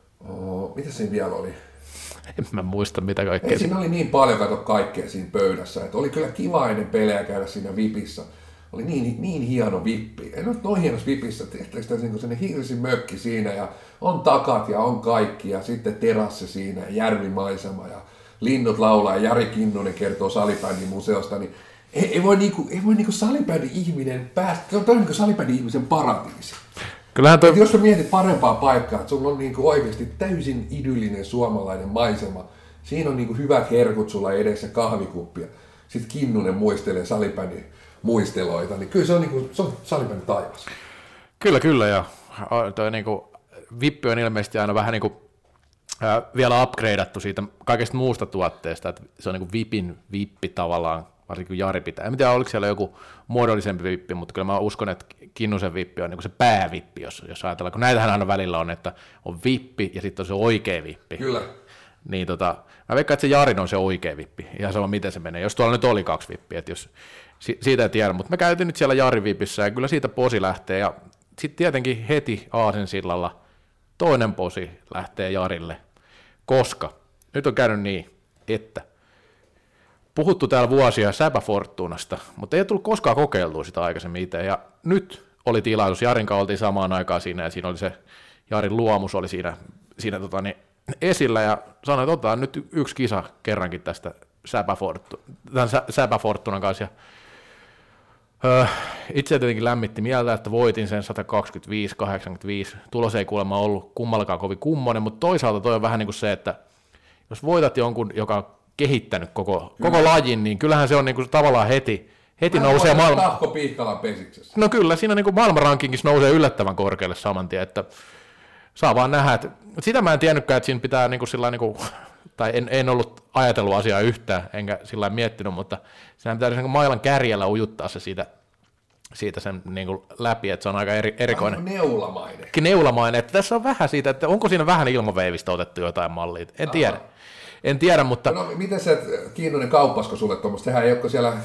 Mitä siinä vielä oli? En mä muista mitä kaikkea. Siinä oli niin paljon kaikkea siinä pöydässä, että oli kyllä kiva ennen pelejä käydä siinä vipissä. Oli niin hieno vippi. En ole noin hienossa vipissä, tehtäkö sitä niin sellainen hirsi mökki siinä ja on takat ja on kaikki ja sitten terassi siinä ja järvimaisema ja linnut laulaa ja Jari Kinnunen kertoo salibändin museosta, niin ei voi salibändin ihminen päästä, se on niin kuin salibändin ihmisen paratiisi. Jos sä mietit parempaa paikkaa, että sulla on niinku oikeasti täysin idyllinen suomalainen maisema, siinä on niinku hyvät herkut sulla edessä, kahvikuppia, sitten Kinnunen muistelee salibändin muisteloita, niin kyllä se on salibändin taivas. Kyllä, ja toi niinku, vippi on ilmeisesti aina vähän niinku, vielä upgradeattu siitä kaikesta muusta tuotteesta, että se on niinku vipin vippi tavallaan, varsinkin Jari pitää. En tiedä, oliko siellä joku muodollisempi vippi, mutta kyllä mä uskon, että Kinnusen vippi on niin kuin se päävippi, jos ajatellaan, kun näitähän aina välillä on, että on vippi ja sitten on se oikea vippi. Kyllä. Niin mä veikkaan, että se Jarin on se oikea vippi, ihan sama miten se menee, jos tuolla nyt oli 2 vippiä, että jos, siitä ei tiedä, mutta mä käytin nyt siellä Jarin vipissä ja kyllä siitä posi lähtee ja sitten tietenkin heti Aasensillalla toinen posi lähtee Jarille, koska nyt on käynyt niin, että puhuttu täällä vuosia Säpä Fortunasta, mutta ei tullut koskaan kokeiltua sitä aikaisemmin itse. Ja nyt oli tilaisuus, Jarin kanssa oltiin samaan aikaan siinä, ja siinä oli se Jarin luomus oli siinä esillä, ja sanoin, että otetaan nyt yksi kisa kerrankin tästä Säpä Fortunan kanssa. Ja, itse tietenkin lämmitti mieltä, että voitin sen 125-85. Tulos ei kuulemma ollut kummallakaan kovin kummonen, mutta toisaalta toi on vähän niin kuin se, että jos voitat jonkun, joka on kehittänyt koko lajin, niin kyllähän se on niin kuin tavallaan heti nousee maailman... Tahko Piihkalan pesiksessä. No kyllä, siinä niin kuin maailmanrankingissa nousee yllättävän korkealle saman tien, että saa vaan nähdä, että sitä mä en tiennytkään, että siinä pitää niin kuin sillä niin kuin, tai en ollut ajatellut asiaa yhtään, enkä sillä miettinyt, mutta siinä pitää niin kuin mailan kärjellä ujuttaa se siitä sen niin kuin läpi, että se on aika erikoinen. Neulamainen, että tässä on vähän siitä, että onko siinä vähän ilmaveivistä otettu jotain mallia, en tiedä, mutta... No miten se Kinnunen kauppasko sulle tuommoista? Sehän ei ole siellä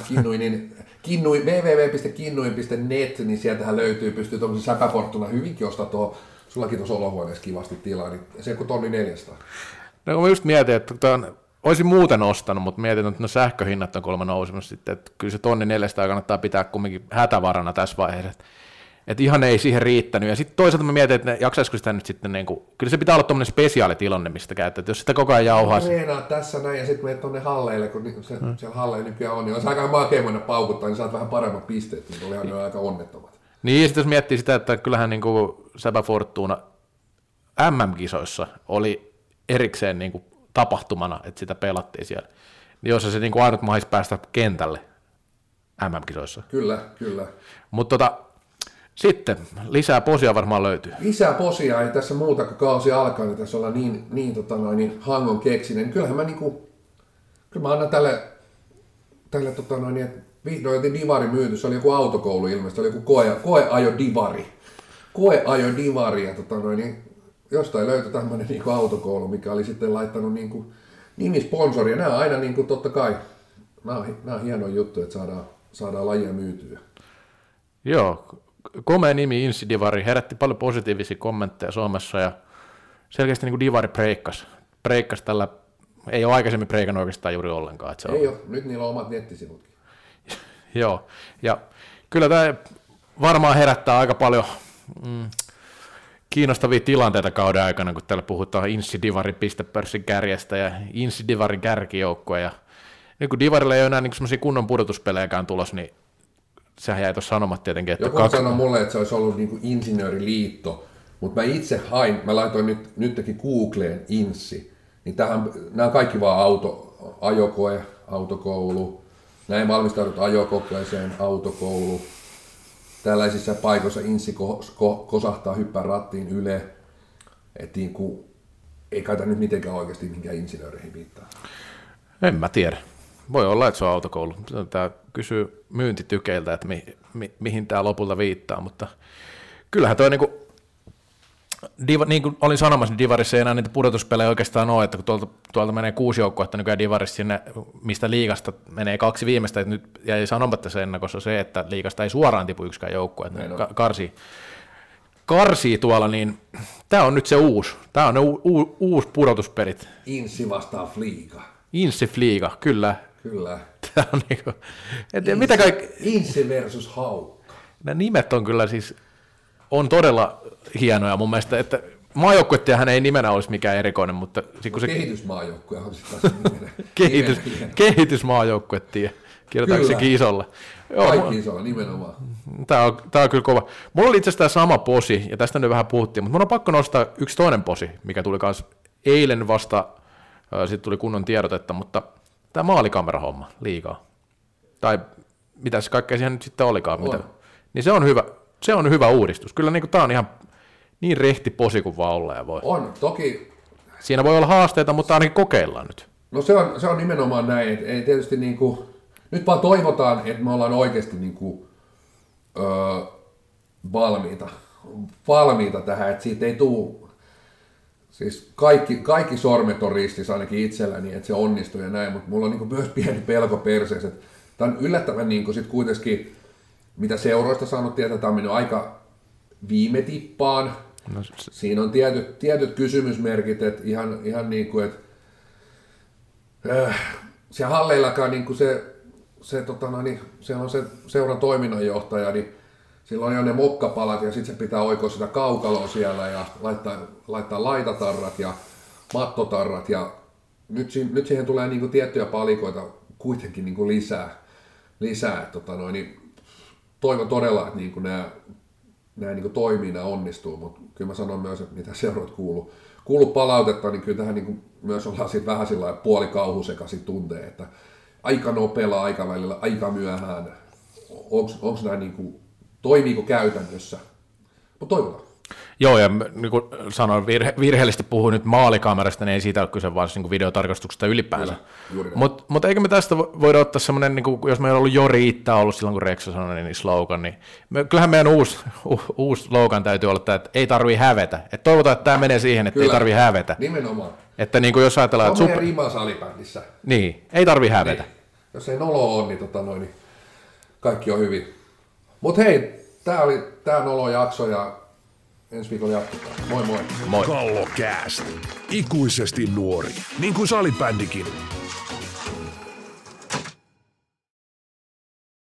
www.kinnuin.net, niin sieltähän pystyy tuommoisen Säpä Fortuna hyvinkin ostaa tuohon, sullakin tuossa olohuoneessa kivasti tilaa, niin se on kuin 1 400. No mä just mietin, että olisin muuten ostanut, mutta mietin, että no sähköhinnat on kuulemma nousemassa sitten, että kyllä se 1 400 kannattaa pitää kumminkin hätävarana tässä vaiheessa. Että ihan ei siihen riittänyt. Ja sitten toisaalta mä mietin, että jaksaisiko sitä nyt sitten, niin kuin, kyllä se pitää olla tuommoinen spesiaalitilanne, mistä käyttää, että jos sitä koko ajan jauhaa. Treenaa tässä näin ja sitten menet tuonne halleille, kun siellä halleilla nykyään on, niin olisi aika makeamoinen paukuttaa, niin saat vähän paremmat pisteet, niin olihan ne aika onnettomat. Niin, ja sitten jos miettii sitä, että kyllähän niin kuin Säpä Fortuna MM-kisoissa oli erikseen niin kuin tapahtumana, että sitä pelattiin siellä, niin jos se niin kuin ainut mahis päästä kentälle MM-kisoissa. Kyllä. Mutta sitten lisää posia varmaan löytyy. Lisää posia, ei tässä muuta kuin kausi alkaa, niin tässä ollaan niin hangon keksinen. Kyllähän mä annan tälle vihdoin divari myyty, se oli joku autokoulu ilmeisesti, oli joku koeajo divari ja niin jostain löytyi tämmöinen niin autokoulu, mikä oli sitten laittanut niin nimisponsoria. Nämä on aina niin kuin, totta kai, nämä on hieno juttu, että saadaan lajia myytyä. Joo, komea nimi Inssi Divari, herätti paljon positiivisia kommentteja Suomessa ja selkeästi niin Divari breikkas tällä, ei ole aikaisemmin breikannut oikeastaan juuri ollenkaan. Että ei ole, nyt niillä on omat nettisivutkin. Joo, ja kyllä tämä varmaan herättää aika paljon kiinnostavia tilanteita kauden aikana, kun täällä puhutaan Inssi Divarin pistepörssin kärjestä ja Inssi Divarin kärkijoukkoja. Ja nyt kun Divarilla ei ole enää niin semmoisia kunnon pudotuspelejäkään tulos, niin sehän jäi tuossa sanomat tietenkin. Että joku sanoi mulle, että se olisi ollut niin kuin insinööriliitto, mutta mä itse mä laitoin nytkin Googleen Inssi, niin nämä on kaikki vaan ajokoe, autokoulu, näin valmistaudut ajokokeeseen, autokoulu. Tällaisissa paikoissa Inssi kosahtaa, hyppää rattiin yle, että niin ei kai tämä nyt mitenkään oikeasti mihinkään insinööreihin viittaa. En mä tiedä. Voi olla, että se on autokoulu. Tämä kysyy myyntitykeiltä, että mihin tämä lopulta viittaa, mutta kyllähän toi niin kuin olin sanomassa, niin Divarissa ei enää niitä pudotuspelejä oikeastaan ole, että kun tuolta menee 6 joukkuetta nykyään Divarissa sinne, mistä liigasta menee 2 viimeistä, että nyt jäi sanomatta se ennakossa se, että liigasta ei suoraan tipu yksikään joukkue, että karsii tuolla, niin tämä on nyt se tämä on ne uusi pudotuspelit. Inssi vastaa Fliiga. Inssi Fliiga, kyllä. Tämä on niinku, mitä kaikki... Inssi versus Haukka. Nämä nimet on kyllä siis, on todella hienoja mun mielestä, että maajoukkuettajahan ei nimenä olisi mikään erikoinen, mutta... Kehitysmaajoukkue on sitten taas nimenä. Kehitysmaajoukkuettia, kirjoitaanko sekin isolla? Kaikki isolla, nimenomaan. Tämä on kyllä kova. Mulla oli itse asiassa tämä sama posi, ja tästä nyt vähän puhuttiin, mutta mun on pakko nostaa yksi toinen posi, mikä tuli myös eilen vasta, sitten tuli kunnon tiedotetta, mutta tämä maalikamera-homma liigaa. Tai mitä se kaikkea siihen nyt sitten olikaan. Niin se on hyvä uudistus. Kyllä niin tämä on ihan niin rehti posi kuin vaan olla ja voi. On, toki. Siinä voi olla haasteita, mutta ainakin kokeillaan nyt. No se on nimenomaan näin, että ei tietysti niin kuin, nyt vaan toivotaan, että me ollaan oikeasti niin kuin, valmiita tähän, että siitä ei tule, siis kaikki sormet on ristissä ainakin itselläni, että se onnistuu ja näin, mutta mulla on niin kuin myös pieni pelko perseessä, että tämä on yllättävän niin kuin sit kuitenkin, mitä seuroista saanut tietää, tämä on mennyt aika viime tippaan. No, siinä on tietyt kysymysmerkit, että ihan niin kuin, että siellä halleillakaan niin kuin siellä on se seuran toiminnanjohtaja, niin sillä on jo ne mokkapalat ja sitten se pitää oikoa sitä kaukaloa siellä ja laittaa laitatarrat ja mattotarrat ja nyt siihen tulee niin kuin tiettyjä palikoita kuitenkin niin kuin lisää että niin toivon todella, että niin kuin nämä niin kuin toimii, nämä onnistuu, mutta kyllä mä sanon myös, että mitä seuroit kuuluu palautetta, niin kyllä tähän niin kuin myös ollaan sitten vähän sillä puolikauhusekaisin tuntee, että aika nopealla aikavälillä, aika myöhään, onko nämä niin kuin, toimiiko käytännössä, mutta toivotaan. Joo, ja niin kuin sanoin, virheellisesti puhuin nyt maalikamerasta, niin ei siitä ole kyse vaan niin videotarkastuksesta ylipäänsä. Mutta eikö me tästä voida ottaa semmoinen, niin kuin, jos meillä on ollut jo riittää ollut silloin, kun Reksa sanoi, niin slogan, niin kyllähän meidän uusi slogan täytyy olla tämä, että ei tarvitse hävetä. Et toivotaan, että tämä menee siihen, että ei tarvitse hävetä. Nimenomaan. Että niin kuin jos ajatellaan, että meidän rimaa salibändissä. Niin, ei tarvitse hävetä. Niin. Jos ei nolo ole, niin kaikki on hyvin. Mutta hei, tämä oli tämä nolo-jakso ja ensi viikolla jatketaan. Moi moi. Kallokääst. Ikuisesti nuori. Niin kuin salibändikin.